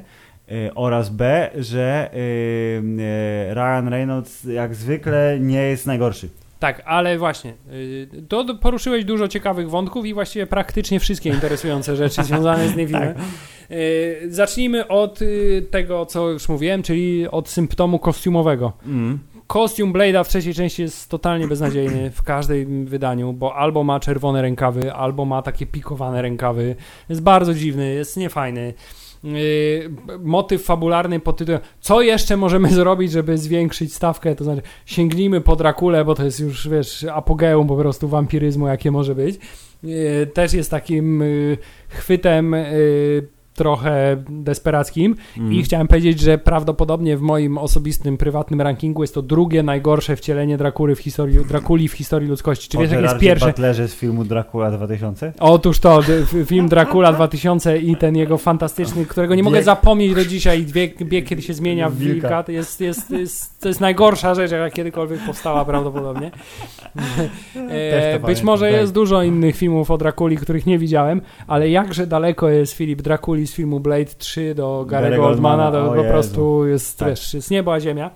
Yy, oraz B, że yy, yy, Ryan Reynolds jak zwykle nie jest najgorszy. Tak, ale właśnie, yy, to poruszyłeś dużo ciekawych wątków i właściwie praktycznie wszystkie interesujące rzeczy związane z tym filmem. Tak. Yy, zacznijmy od yy, tego, co już mówiłem, czyli od symptomu kostiumowego. Mm. Kostium Blade'a w trzeciej części jest totalnie beznadziejny w każdym wydaniu, bo albo ma czerwone rękawy, albo ma takie pikowane rękawy. Jest bardzo dziwny, jest niefajny. Yy, motyw fabularny pod tytułem co jeszcze możemy zrobić, żeby zwiększyć stawkę, to znaczy sięgnijmy po Drakulę, bo to jest już, wiesz, apogeum po prostu wampiryzmu, jakie może być. Yy, też jest takim yy, chwytem yy, trochę desperackim mm. i chciałem powiedzieć, że prawdopodobnie w moim osobistym, prywatnym rankingu jest to drugie najgorsze wcielenie Drakuły w historii, Drakuli w historii ludzkości. Czy wiesz, jak jest pierwsze? Butlerze z filmu Dracula dwa tysiące? Otóż to, film Dracula dwa tysiące i ten jego fantastyczny, którego nie bieg. mogę zapomnieć do dzisiaj, bieg, bieg kiedy się zmienia w wilka, wilka to, jest, jest, jest, to jest najgorsza rzecz, jaka kiedykolwiek powstała prawdopodobnie. E, być może tak. jest dużo innych filmów o Drakuli, których nie widziałem, ale jakże daleko jest Filip Drakuli z filmu Blade trzy do Gary'ego Oldmana, to po prostu jest, tak. wiesz, jest niebo a ziemia.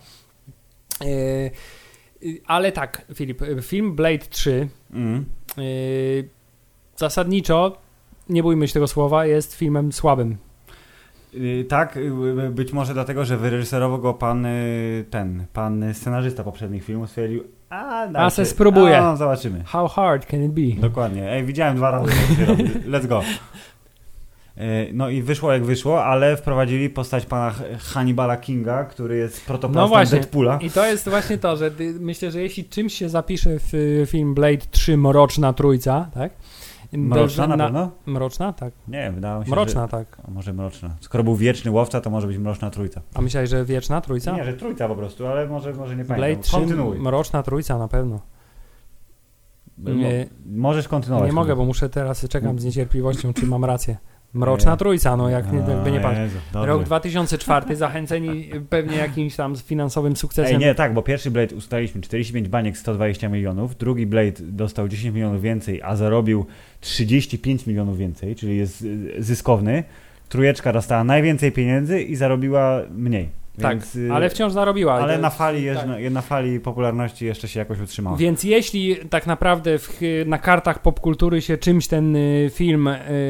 Yy, ale tak, Filip, film Blade trzy mm. yy, zasadniczo, nie bójmy się tego słowa, jest filmem słabym. Yy, tak, yy, być może dlatego, że wyreżyserował go pan yy, ten, pan scenarzysta poprzednich filmów, stwierdził, a, a se spróbuję. A, no, zobaczymy. How hard can it be? Dokładnie. Ej, widziałem dwa razy, let's go. No i wyszło jak wyszło, ale wprowadzili postać pana Hannibala Kinga, który jest protoplastem no właśnie. Deadpoola. I to jest właśnie to, że myślę, że jeśli czymś się zapisze w film Blade trzy Mroczna Trójca, tak? Mroczna na, na pewno? Mroczna, tak. Nie, wydało mi się, Mroczna, że... tak. A może Mroczna. Skoro był Wieczny Łowca, to może być Mroczna Trójca. A myślałeś, że Wieczna Trójca? Nie, że Trójca po prostu, ale może, może nie Blade pamiętam. Kontynuuj. Mroczna Trójca na pewno. Nie, możesz kontynuować. Nie mogę, bo muszę teraz, czekam z niecierpliwością, czy mam rację. Mroczna Trójca, no jak nie, jakby nie patrzeć. Rok dwa tysiące czwarty, zachęceni pewnie jakimś tam finansowym sukcesem. Ej, nie, tak, bo pierwszy Blade ustaliliśmy czterdzieści pięć baniek, sto dwadzieścia milionów, drugi Blade dostał dziesięć milionów więcej, a zarobił trzydzieści pięć milionów więcej, czyli jest zyskowny. Trójeczka dostała najwięcej pieniędzy i zarobiła mniej. Tak, więc, ale wciąż zarobiła. Ale na fali, tak. na, na fali popularności jeszcze się jakoś utrzymała. Więc jeśli tak naprawdę w, na kartach popkultury się czymś ten y, film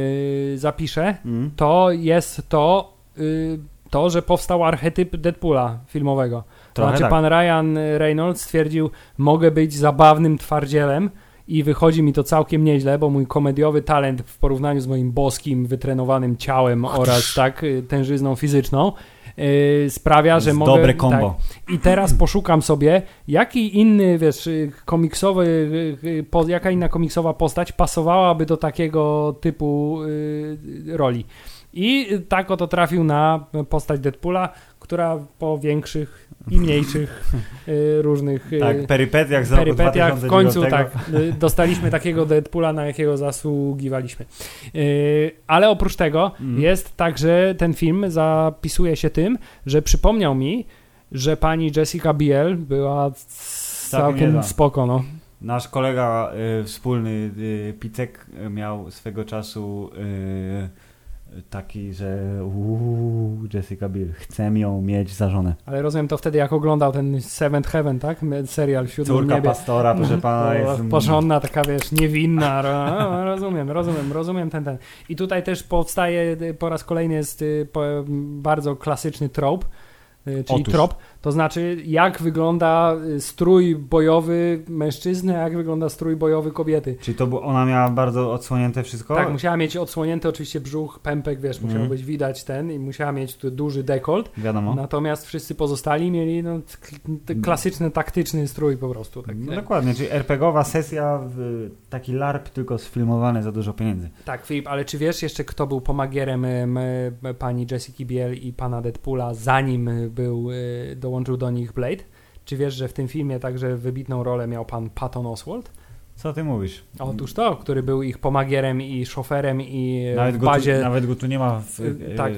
y, zapisze, mm. to jest to, y, to, że powstał archetyp Deadpoola filmowego. To znaczy tak. Pan Ryan Reynolds stwierdził, mogę być zabawnym twardzielem i wychodzi mi to całkiem nieźle, bo mój komediowy talent w porównaniu z moim boskim, wytrenowanym ciałem oraz tak tężyzną fizyczną Yy, sprawia, że mogę... Dobre kombo. Tak, i teraz poszukam sobie, jaki inny, wiesz, komiksowy, po, jaka inna komiksowa postać pasowałaby do takiego typu yy, roli. I tak oto trafił na postać Deadpoola, która po większych i mniejszych y, różnych y, tak, perypetiach, z perypetiach w końcu tak, y, dostaliśmy takiego Deadpoola, na jakiego zasługiwaliśmy. Y, ale oprócz tego mm. jest tak, że ten film zapisuje się tym, że przypomniał mi, że pani Jessica Biel była całkiem spoko. No. Nasz kolega y, wspólny y, Picek miał swego czasu y, taki, że uuu, Jessica Biel, chcę ją mieć za żonę. Ale rozumiem to wtedy, jak oglądał ten Seventh Heaven, tak? Serial w siódmym Córka niebie. pastora, proszę pana. Jest... Porządna, taka, wiesz, niewinna. No, rozumiem, rozumiem, rozumiem ten, ten. I tutaj też powstaje, po raz kolejny jest bardzo klasyczny trope, czyli Otóż. trop, to znaczy jak wygląda strój bojowy mężczyzny, a jak wygląda strój bojowy kobiety. Czyli to by ona miała bardzo odsłonięte wszystko? Tak, musiała mieć odsłonięte oczywiście brzuch, pępek, wiesz, musiał mm. być widać ten i musiała mieć tu duży dekolt. Wiadomo. Natomiast wszyscy pozostali mieli no, klasyczny, taktyczny strój po prostu. Tak, no dokładnie, czyli er pe gie owa sesja, w taki larp tylko sfilmowany za dużo pieniędzy. Tak, Filip, ale czy wiesz jeszcze, kto był pomagierem m, m, pani Jessica Biel i pana Deadpoola, zanim był, y, dołączył do nich Blade? Czy wiesz, że w tym filmie także wybitną rolę miał pan Patton Oswalt? Co ty mówisz? Otóż to, który był ich pomagierem i szoferem i nawet w bazie... Go tu, nawet go tu nie ma w, y, tak.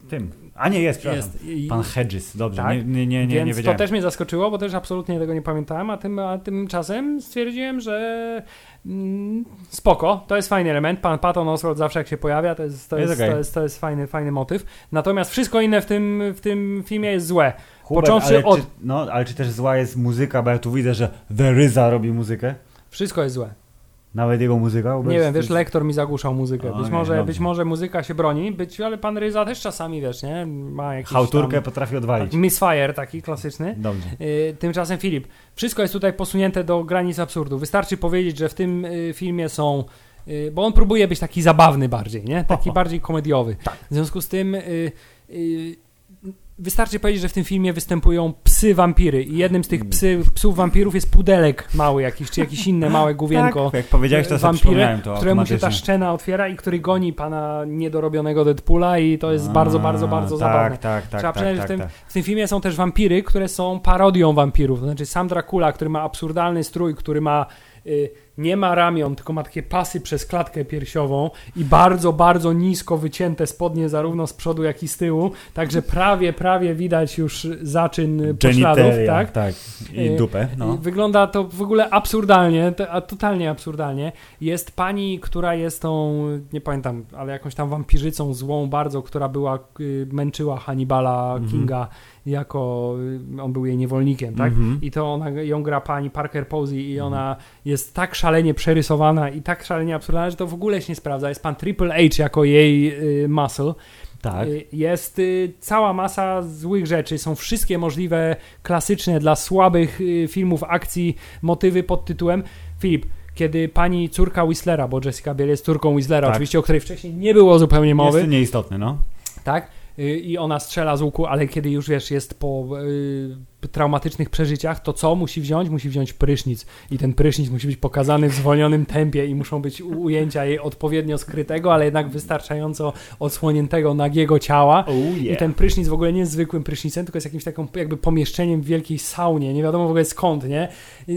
tym. A nie, jest, przepraszam. Jest. Pan Hedges, dobrze, tak? nie, nie, nie, nie, Więc nie wiedziałem. to też mnie zaskoczyło, bo też absolutnie tego nie pamiętałem, a, tym, a tymczasem stwierdziłem, że mm, spoko, to jest fajny element. Pan Patton Oswalt zawsze jak się pojawia, to jest, to jest, jest, okay. to jest, to jest fajny, fajny motyw. Natomiast wszystko inne w tym, w tym filmie jest złe. Hubert, Począwszy ale od... Czy, no, ale czy też zła jest muzyka, bo ja tu widzę, że The Ryza robi muzykę. Wszystko jest złe. Nawet jego muzyka? Nie wiem, wiesz, lektor mi zagłuszał muzykę. O, być, nie, może, być może muzyka się broni, być, ale pan Ryza też czasami, wiesz, nie? Ma jakiś Hałturkę tam, potrafi odwalić. Misfire taki klasyczny. Dobrze. Y, tymczasem Filip, wszystko jest tutaj posunięte do granic absurdu. Wystarczy powiedzieć, że w tym y, filmie są... Y, bo on próbuje być taki zabawny bardziej, nie? Taki bardziej komediowy. Tak. W związku z tym... Y, y, Wystarczy powiedzieć, że w tym filmie występują psy wampiry i jednym z tych psy, psów wampirów jest pudelek mały jakiś, czy jakieś inne małe główienko. Tak, jak powiedziałeś, to wampiry, to któremu się ta szczena otwiera i który goni pana niedorobionego Deadpoola i to jest A, bardzo, bardzo, bardzo tak, zabawne. Tak, tak, Trzeba tak, przyznać, tak, że w tym, tak. w tym filmie są też wampiry, które są parodią wampirów. To znaczy sam Dracula, który ma absurdalny strój, który ma y, nie ma ramion, tylko ma takie pasy przez klatkę piersiową i bardzo, bardzo nisko wycięte spodnie zarówno z przodu, jak i z tyłu, także prawie, prawie widać już zaczyn pośladów, tak? tak. I dupę. No. Wygląda to w ogóle absurdalnie, to, totalnie absurdalnie. Jest pani, która jest tą, nie pamiętam, ale jakąś tam wampirzycą złą bardzo, która była, męczyła Hannibala mhm. Kinga jako, on był jej niewolnikiem, tak? Mhm. I to ona, ją gra pani Parker Posey i ona mhm. jest tak szalenie przerysowana i tak szalenie absurdalna, że to w ogóle się nie sprawdza. Jest pan Triple H jako jej y, muscle. Tak. Y, jest y, cała masa złych rzeczy. Są wszystkie możliwe klasyczne dla słabych y, filmów akcji motywy pod tytułem Filip, kiedy pani córka Whistlera, bo Jessica Biel jest córką Whistlera, tak. oczywiście, o której wcześniej nie było zupełnie mowy. Jest to nieistotne, no. Tak. I ona strzela z łuku, ale kiedy już wiesz, jest po y, traumatycznych przeżyciach, to co musi wziąć? Musi wziąć prysznic i ten prysznic musi być pokazany w zwolnionym tempie i muszą być ujęcia jej odpowiednio skrytego, ale jednak wystarczająco odsłoniętego nagiego ciała. Oh, yeah. I ten prysznic w ogóle nie jest zwykłym prysznicem, tylko jest jakimś takim jakby pomieszczeniem w wielkiej saunie, nie wiadomo w ogóle skąd, nie?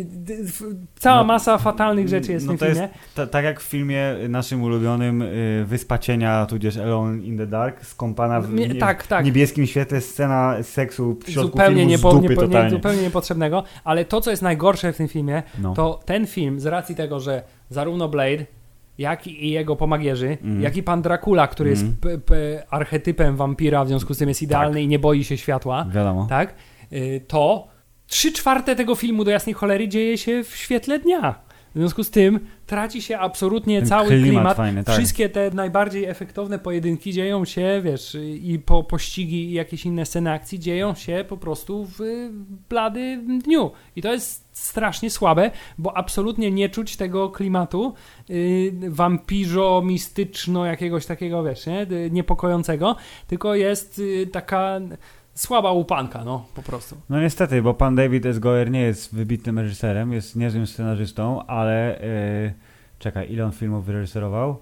Cała no, masa fatalnych rzeczy jest no w tym filmie. Jest t- tak jak w filmie naszym ulubionym y, Wyspa Cienia, tudzież Alone in the Dark, skąpana w nie, tak, tak. niebieskim świetle scena seksu w środku zupełnie filmu niepo, z dupy niepo, totalnie. Nie, zupełnie niepotrzebnego, ale to, co jest najgorsze w tym filmie, no. to ten film, z racji tego, że zarówno Blade, jak i jego pomagierzy, mm. jak i pan Dracula, który mm. jest p- p- archetypem wampira, w związku z tym jest idealny tak. i nie boi się światła, wiadomo, tak, y, to trzy czwarte tego filmu do jasnej cholery dzieje się w świetle dnia. W związku z tym traci się absolutnie ten cały klimat. klimat. Fajny, tak. Wszystkie te najbardziej efektowne pojedynki dzieją się, wiesz, i po, pościgi i jakieś inne sceny akcji dzieją się po prostu w bladym dniu. I to jest strasznie słabe, bo absolutnie nie czuć tego klimatu yy, wampirzo, mistyczno, jakiegoś takiego, wiesz, nie? niepokojącego, tylko jest yy, taka... słaba łupanka, no, po prostu. No niestety, bo pan David S. Goyer nie jest wybitnym reżyserem, jest niezłym scenarzystą, ale yy, czekaj, ile on filmów wyreżyserował?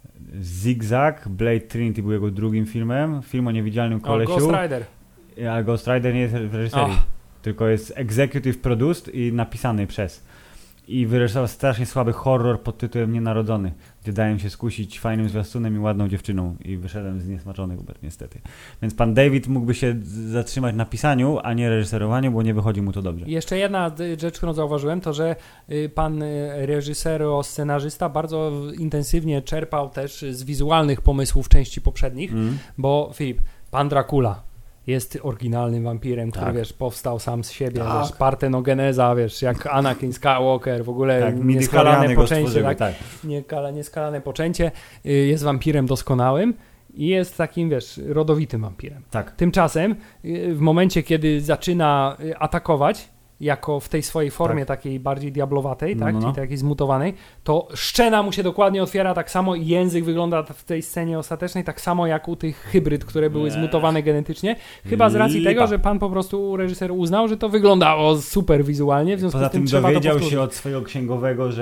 Zigzag, Blade Trinity był jego drugim filmem, film o niewidzialnym kolesiu. O, Ghost Rider. Ale Ghost Rider nie jest w reżyserii, oh. tylko jest executive produced i napisany przez. I wyreżyserował strasznie słaby horror pod tytułem Nienarodzony, gdzie dałem się skusić fajnym zwiastunem i ładną dziewczyną i wyszedłem zniesmaczony, Hubert, niestety. Więc pan David mógłby się zatrzymać na pisaniu, a nie reżyserowaniu, bo nie wychodzi mu to dobrze. I jeszcze jedna rzecz, którą zauważyłem, to że pan reżysero-scenarzysta bardzo intensywnie czerpał też z wizualnych pomysłów części poprzednich, mm. bo Filip, pan Dracula jest oryginalnym wampirem, który, tak. wiesz, powstał sam z siebie, tak. wiesz, partenogeneza, wiesz, jak Anakin Skywalker, w ogóle tak, nieskalane poczęcie, tak? tak. Nie, nieskalane poczęcie, jest wampirem doskonałym i jest takim, wiesz, rodowitym wampirem. Tak. Tymczasem w momencie, kiedy zaczyna atakować, jako w tej swojej formie tak. takiej bardziej diablowatej, no, tak, no, no. czyli takiej zmutowanej, to szczena mu się dokładnie otwiera tak samo i język wygląda w tej scenie ostatecznej tak samo jak u tych hybryd, które były zmutowane genetycznie. Chyba z racji Lipa. tego, że pan po prostu reżyser uznał, że to wyglądało super wizualnie, w związku Poza z tym tym trzeba dowiedział to się od swojego księgowego, że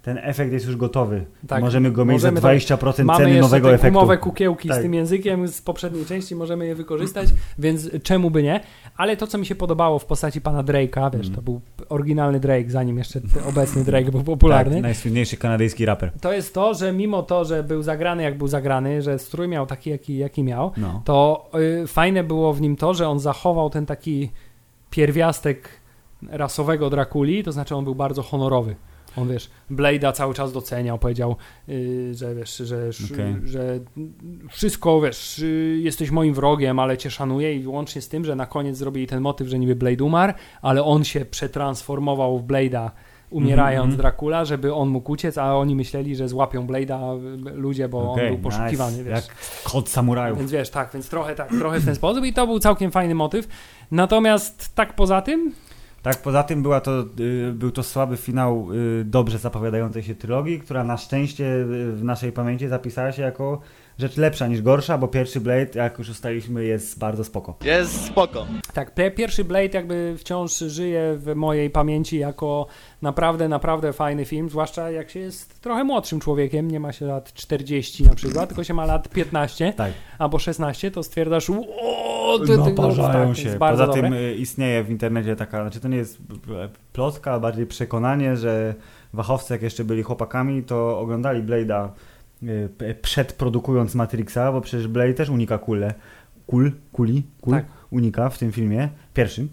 ten efekt jest już gotowy. Tak, możemy go mieć możemy za dwadzieścia procent tak, ceny nowego te efektu. Mamy jeszcze kukiełki tak. z tym językiem z poprzedniej części, możemy je wykorzystać, więc czemu by nie? Ale to, co mi się podobało w postaci pana Drake'a, wiesz, mm. to był oryginalny Drake, zanim jeszcze obecny Drake był popularny. Tak, najsłynniejszy kanadyjski raper. To jest to, że mimo to, że był zagrany jak był zagrany, że strój miał taki, jaki, jaki miał, no. to y, fajne było w nim to, że on zachował ten taki pierwiastek rasowego Drakuli, to znaczy on był bardzo honorowy. On, wiesz, Blade'a cały czas doceniał, powiedział, yy, że wiesz, że, okay. że wszystko, wiesz, yy, jesteś moim wrogiem, ale cię szanuję i łącznie z tym, że na koniec zrobili ten motyw, że niby Blade umarł, ale on się przetransformował w Blade'a, umierając mm-hmm. Dracula, żeby on mógł uciec, a oni myśleli, że złapią Blade'a ludzie, bo okay, on był poszukiwany, nice. wiesz. Jak kot samurajów. Więc wiesz, tak, więc trochę tak, trochę w ten sposób i to był całkiem fajny motyw. Natomiast tak poza tym Tak, poza tym była to, y, był to słaby finał y, dobrze zapowiadającej się trylogii, która na szczęście y, w naszej pamięci zapisała się jako rzecz lepsza niż gorsza, bo pierwszy Blade, jak już ustaliliśmy, jest bardzo spoko. Jest spoko. Tak, pierwszy Blade jakby wciąż żyje w mojej pamięci jako naprawdę, naprawdę fajny film, zwłaszcza jak się jest trochę młodszym człowiekiem, nie ma się lat czterdzieści na przykład, tylko się ma lat piętnaście tak. albo szesnaście, to stwierdzasz, o, ty, ty, naparzają tak, się. Poza dobre. tym istnieje w internecie taka, znaczy to nie jest plotka, bardziej przekonanie, że Wachowcy, jak jeszcze byli chłopakami, to oglądali Blade'a przedprodukując Matrixa, bo przecież Blade też unika kule, kul, kuli, kul, tak. unika w tym filmie, pierwszym.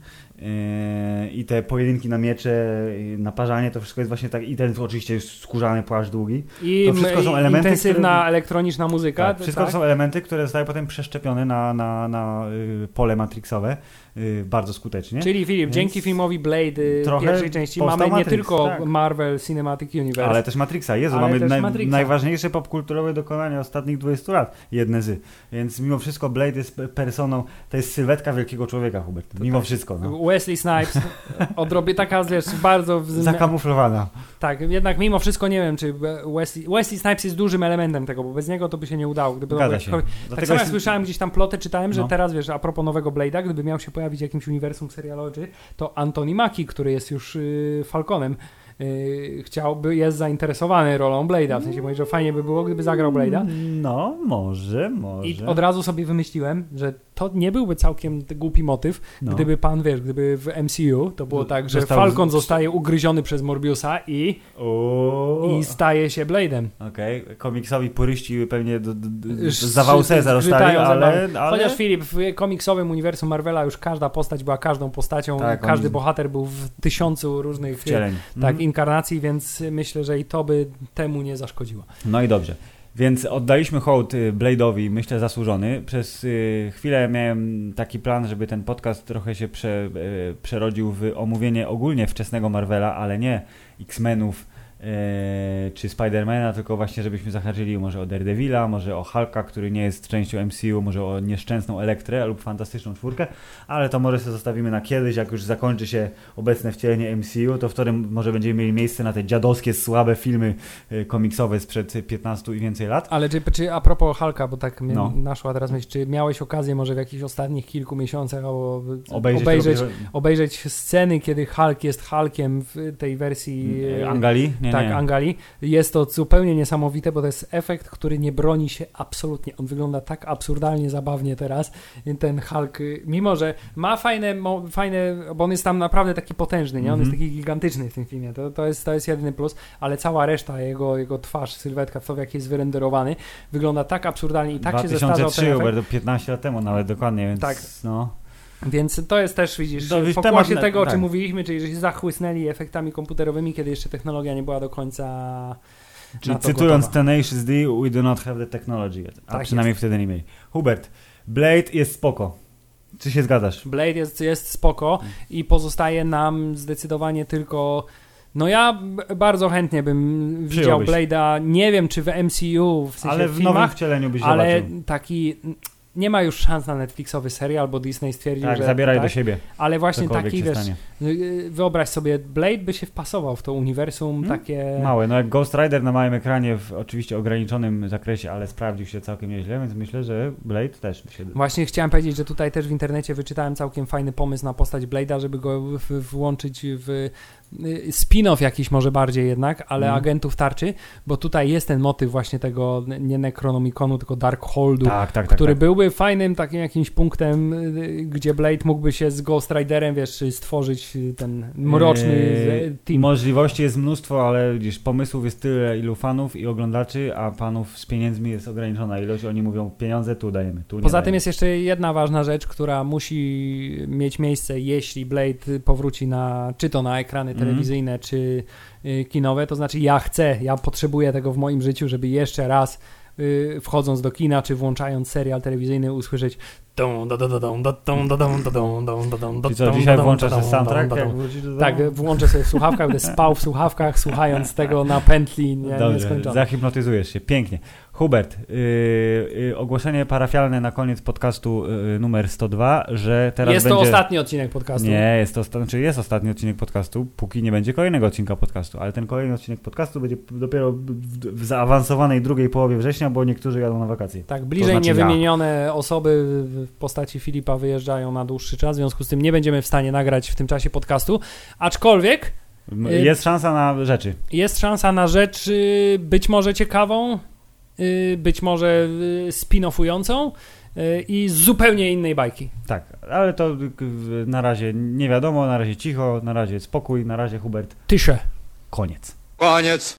Yy, I te pojedynki na miecze, naparzanie, to wszystko jest właśnie tak, i ten oczywiście skórzany płaszcz długi. I to wszystko są elementy, intensywna które, elektroniczna muzyka. Tak, wszystko tak. to są elementy, które zostały potem przeszczepione na, na, na y, pole matrixowe y, bardzo skutecznie. Czyli Filip, Więc dzięki filmowi Blade pierwszej części mamy nie Matrix, tylko tak. Marvel Cinematic Universe, ale też Matrixa. Jezu, ale mamy też naj, Matrixa. najważniejsze popkulturowe dokonania ostatnich dwudziestu lat. Jedne z. Więc mimo wszystko Blade jest personą, to jest sylwetka wielkiego człowieka, Hubert. To mimo tak. wszystko. No. Wesley Snipes odrobię taka, wiesz, bardzo... W... zakamuflowana. Tak, jednak mimo wszystko nie wiem, czy Wesley, Wesley Snipes jest dużym elementem tego, bo bez niego to by się nie udało. Gdyby Zgadza się. Tak samo jak jest... słyszałem gdzieś tam plotę, czytałem, że no. teraz, wiesz, a propos nowego Blade'a, gdyby miał się pojawić w jakimś uniwersum serialowy, to Anthony Mackie, który jest już yy, Falconem, Yy, chciałby, jest zainteresowany rolą Blade'a, w sensie mówi, że fajnie by było, gdyby zagrał Blade'a. No, może, może. I od razu sobie wymyśliłem, że to nie byłby całkiem głupi motyw, no. gdyby pan, wiesz, gdyby w M C U to było tak, że Został Falcon z... zostaje ugryziony przez Morbiusa i, i staje się Blade'em. Okej, okay. Komiksowi puryści pewnie do, do, do zawału Cezar dostali, ale, ale... Chociaż Filip, w komiksowym uniwersum Marvela już każda postać była każdą postacią, tak, każdy on... bohater był w tysiącu różnych wcieleń. Tak, mm. inkarnacji, więc myślę, że i to by temu nie zaszkodziło. No i dobrze. Więc oddaliśmy hołd Blade'owi, myślę zasłużony. Przez y, chwilę miałem taki plan, żeby ten podcast trochę się prze, y, przerodził w omówienie ogólnie wczesnego Marvela, ale nie X-Menów y, czy Spidermana, tylko właśnie żebyśmy zahaczyli może o Daredevila, może o Hulka, który nie jest częścią M C U, może o nieszczęsną Elektrę lub Fantastyczną Czwórkę, ale to może sobie zostawimy na kiedyś, jak już zakończy się obecne wcielenie M C U, to wtedy może będziemy mieli miejsce na te dziadowskie, słabe filmy y, komiksowe sprzed piętnastu i więcej lat. Ale czy, czy a propos Hulka, bo tak mnie no. naszła teraz myśl, czy miałeś okazję może w jakichś ostatnich kilku miesiącach albo obejrzeć, obejrzeć, obejrzeć sceny, kiedy Hulk jest Hulkiem w tej wersji Angali? Nie, tak, nie. Angali. Jest to zupełnie niesamowite, bo to jest efekt, który nie broni się absolutnie. On wygląda tak absurdalnie zabawnie teraz. Ten Hulk, mimo że ma fajne, fajne bo on jest tam naprawdę taki potężny, nie? On mm-hmm. jest taki gigantyczny w tym filmie. To, to, jest, to jest jedyny plus, ale cała reszta, jego, jego twarz, sylwetka, to w jak jest wyrenderowany, wygląda tak absurdalnie i tak dwa tysiące trzy, się zestarzał ten efekt. piętnaście lat temu nawet dokładnie, więc tak. no... Więc to jest też, widzisz, to, w pokłosie temat, tego, o tak. czym mówiliśmy, czyli że się zachłysnęli efektami komputerowymi, kiedy jeszcze technologia nie była do końca czyli cytując gotowa. Tenacious D, we do not have the technology yet. A tak przynajmniej jest. wtedy nie mieli. Hubert, Blade jest spoko. Czy się zgadzasz? Blade jest, jest spoko hmm. i pozostaje nam zdecydowanie tylko... No ja bardzo chętnie bym widział Blade'a, nie wiem czy w M C U, w sensie ale w filmach, nowym wcieleniu byś ale zobaczył. taki... Nie ma już szans na Netflixowy serial, bo Disney stwierdził, tak, że... zabieraj tak, do siebie. Ale właśnie taki, wiesz, wyobraź sobie, Blade by się wpasował w to uniwersum hmm? takie... Małe, no jak Ghost Rider na małym ekranie w oczywiście ograniczonym zakresie, ale sprawdził się całkiem nieźle, więc myślę, że Blade też by się... Właśnie chciałem powiedzieć, że tutaj też w internecie wyczytałem całkiem fajny pomysł na postać Blade'a, żeby go w, w, włączyć w spin-off jakiś może bardziej jednak, ale mm. agentów tarczy, bo tutaj jest ten motyw właśnie tego nie Necronomiconu, tylko Darkholdu, tak, tak, który tak, tak. byłby fajnym takim jakimś punktem, gdzie Blade mógłby się z Ghost Riderem, wiesz, stworzyć ten mroczny eee, team. Możliwości jest mnóstwo, ale widzisz, pomysłów jest tyle, ilu fanów i oglądaczy, a panów z pieniędzmi jest ograniczona ilość. Oni mówią, pieniądze tu dajemy, tu nie Poza dajemy. tym jest jeszcze jedna ważna rzecz, która musi mieć miejsce, jeśli Blade powróci na, czy to na ekrany telewizyjne, mm. czy y, kinowe, to znaczy ja chcę, ja potrzebuję tego w moim życiu, żeby jeszcze raz y, wchodząc do kina, czy włączając serial telewizyjny usłyszeć Czyli co, dzisiaj włączasz ten soundtrack? Tak, włączę sobie w słuchawkach, będę spał w słuchawkach, słuchając tego na pętli nie, nieskończonej. Zahipnotyzujesz się, pięknie. Hubert, yy, yy, ogłoszenie parafialne na koniec podcastu yy, numer sto dwa, że teraz jest będzie... Jest to ostatni odcinek podcastu. Nie, jest to znaczy jest ostatni odcinek podcastu, póki nie będzie kolejnego odcinka podcastu, ale ten kolejny odcinek podcastu będzie dopiero w, w zaawansowanej drugiej połowie września, bo niektórzy jadą na wakacje. Tak, bliżej to znaczy niewymienione ja. osoby w postaci Filipa wyjeżdżają na dłuższy czas, w związku z tym nie będziemy w stanie nagrać w tym czasie podcastu, aczkolwiek... Jest szansa na rzeczy. Jest szansa na rzecz być może ciekawą, być może spin-offującą i z zupełnie innej bajki. Tak, ale to na razie nie wiadomo, na razie cicho, na razie spokój, na razie Hubert. Tysze. Koniec. Koniec.